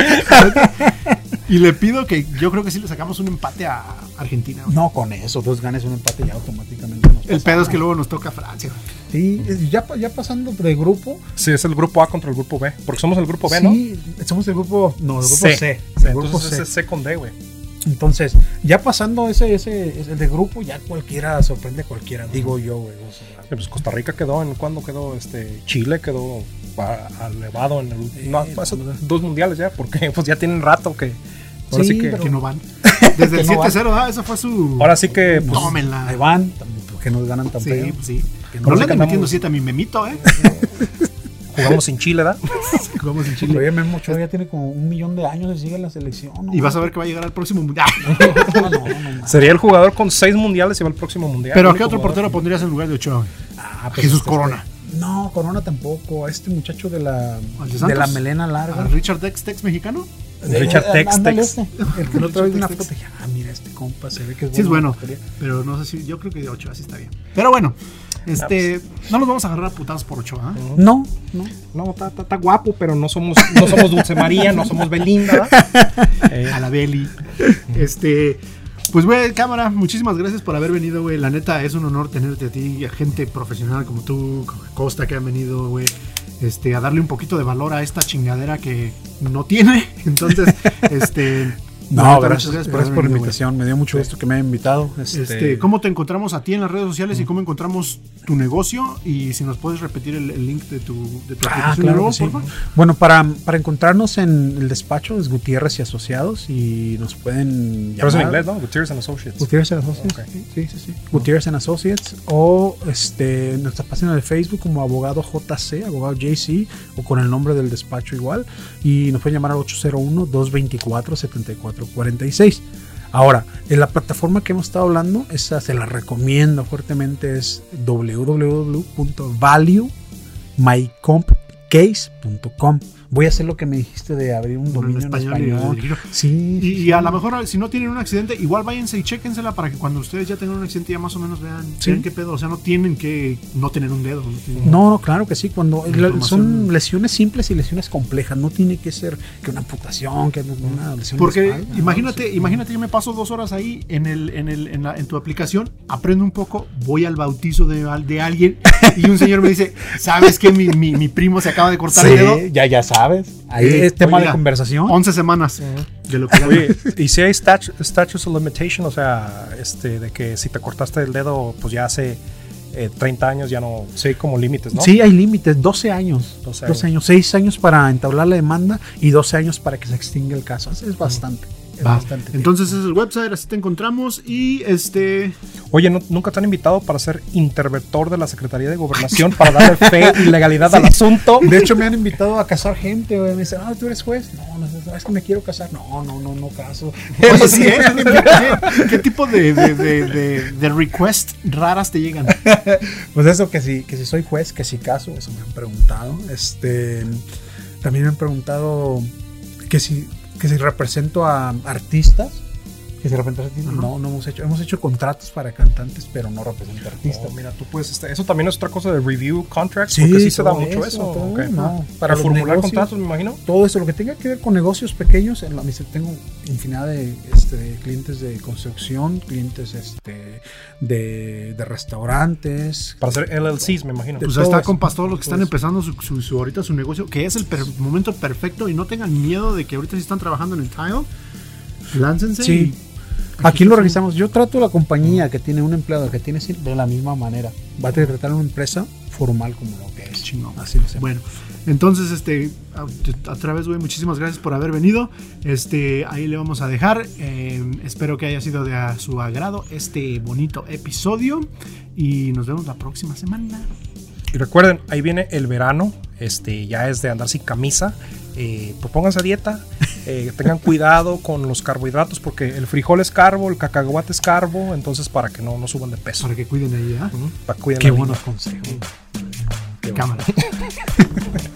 Y le pido que yo creo que sí le sacamos un empate a Argentina, güey. No, con eso, dos ganes un empate ya automáticamente nos El pedo es que luego nos toca Francia, güey. Sí, ya, ya pasando de grupo. Sí, es el grupo A contra el grupo B. Porque somos el grupo B, ¿no? Sí, somos el grupo. No, el grupo C. C. El C. grupo Entonces C. ese es C con D, güey. Entonces, ya pasando ese, ese, ese de grupo, ya cualquiera sorprende a cualquiera, digo yo, güey. O sea, Sí, pues Costa Rica quedó, ¿en cuándo quedó? Este, Chile quedó a- elevado en el Sí, no, esos dos mundiales ya, porque pues ya tienen rato que ahora Sí, sí, que pero- Que no van. Desde el Que no van. siete cero, ¿ah? Esa fue su. ahora sí que pues, Tómenla. ahí van, que nos ganan tan Sí, feo. pues sí. Que No no le sé anden que metiendo andamos- siete a mi memito, ¿eh? jugamos sin Chile, ¿verdad? Jugamos en Chile. Oye, Memo Ochoa ya tiene como un millón de años y sigue en la selección, ¿no? Y vas a ver que va a llegar al próximo mundial. No, no, no, no. Sería el jugador con seis mundiales y va al próximo mundial. Pero ¿a El qué único otro jugador portero que- pondrías en lugar de Ochoa? Ah, pues Jesús este- Corona. No, Corona tampoco. A este muchacho de la, ¿Al de de Santos? la melena ¿A larga. Richard Tex Tex mexicano? Richard Eh, Tex ándale Tex. este, el que la otra vez vi una Tex foto Tex. y dije, ah, mira este compa, se ve que es bueno. Sí, es bueno. en la portería. Pero no sé si. Yo creo que de Ochoa sí está bien. Pero bueno, este. No nos vamos a agarrar a putados por Ochoa, ¿eh? No, no. No, está, está- está guapo, pero no somos, no somos Dulce María, no somos Belinda, ¿verdad? Eh, A la Beli. Este. Pues, güey, cámara, muchísimas gracias por haber venido, güey. La neta, es un honor tenerte a ti, a gente profesional como tú, como Costa, que han venido, güey, este, a darle un poquito de valor a esta chingadera que no tiene. Entonces, este. No, la neta, gracias, muchas gracias por, haber la venido, güey. invitación. Me dio mucho gusto que me hayan invitado. Este, Este, ¿cómo te encontramos a ti en las redes sociales y cómo encontramos tu negocio? Y si nos puedes repetir el, el link de tu, de tu Ah, aplicación claro nuevo, que sí. por favor. Bueno, para, para encontrarnos en el despacho es Gutiérrez y Asociados y nos pueden pero es en llamar. inglés, ¿no? Gutierrez and Associates. Gutiérrez and Associates. Ok. Sí, sí, sí. Gutiérrez and Associates o este, nuestra página de Facebook como abogado J C, abogado J C o con el nombre del despacho igual. Y nos pueden llamar al ocho cero uno, dos dos cuatro, siete cuatro cuatro seis. Ahora, en la plataforma que hemos estado hablando, esa se la recomiendo fuertemente, es w w w punto value my comp case punto com. Voy a hacer lo que me dijiste de abrir un dominio en español. y el giro. Sí, Y, sí, y a sí. lo mejor, si no tienen un accidente, igual váyanse y chéquensela para que cuando ustedes ya tengan un accidente ya más o menos vean, Sí. vean qué pedo. O sea, no tienen que no tener un dedo. No, tienen- No, no, claro que sí. Cuando La la- información- son lesiones simples y lesiones complejas, no tiene que ser que una amputación, que una lesión. de Porque espalda, imagínate, ¿no? Sí. imagínate, yo me paso dos horas ahí en el, en el, en, la- en tu aplicación, aprendo un poco, voy al bautizo de, al- de alguien y un señor me dice, ¿sabes que mi, mi, mi primo se acaba de cortar el dedo? Sí, ya, ya sabes. Ahí Sí, es tema oiga, de conversación. once semanas de lo que gano. Oye, y si hay statu- statutes of limitation, o sea, este, de que si te cortaste el dedo, pues ya hace eh, treinta años ya no, sí hay como límites, ¿no? Sí, hay límites, doce años. doce doce años. años, seis años para entablar la demanda y doce años para que se extinga el caso. Es bastante. Es Va. bastante. Entonces ese es el website, así te encontramos y este... Oye, ¿no- ¿nunca te han invitado para ser interventor de la Secretaría de Gobernación para darle fe y legalidad al asunto? De hecho, me han invitado a casar gente, güey. Me dicen, ah, ¿tú eres juez? No, no, no, es que me quiero casar. No, no, no, no caso. Oye, sí, ¿eh? ¿Qué, qué tipo de, de, de, de, de request raras te llegan? Pues eso, que si, que si soy juez, que si caso, eso me han preguntado. Este, también me han preguntado que si, que si represento a artistas. Que si represento a artistas. No, no hemos hecho. Hemos hecho contratos para cantantes, pero no represento a artistas. Oh, mira, tú puedes, este, eso también es otra cosa de review contracts, Sí, porque sí se da todo mucho eso, eso. todo, ok. no, Para para los formular negocios. contratos, me imagino. Todo eso, lo que tenga que ver con negocios pequeños, en la misa tengo infinidad de, este, de clientes de construcción, clientes este, de, de restaurantes. Para hacer L L Cs, me imagino. De Pues todo ahí está, eso. compas, todos los que están Todo eso. empezando su, su, su- ahorita su negocio, que es el per- momento perfecto y no tengan miedo de que ahorita sí están trabajando en el tile, láncense Sí. y Aquí lo registramos. Yo trato la compañía que tiene un empleado que tiene de la misma manera. Va a tratar a una empresa formal como lo que es. Chingón. Así lo hacemos. Bueno, entonces, este, a, a través, güey, muchísimas gracias por haber venido. Este, ahí le vamos a dejar. Eh, espero que haya sido de a su agrado este bonito episodio. Y nos vemos la próxima semana. Y recuerden, ahí viene el verano. Este, ya es de andar sin camisa. Eh, propónganse a dieta. Eh, tengan cuidado con los carbohidratos porque el frijol es carbo, el cacahuate es carbo. Entonces, para que no, no suban de peso. Para que cuiden ahí, ¿eh? Uh-huh. Para que cuiden Qué la buenos vida. consejos. Cámara.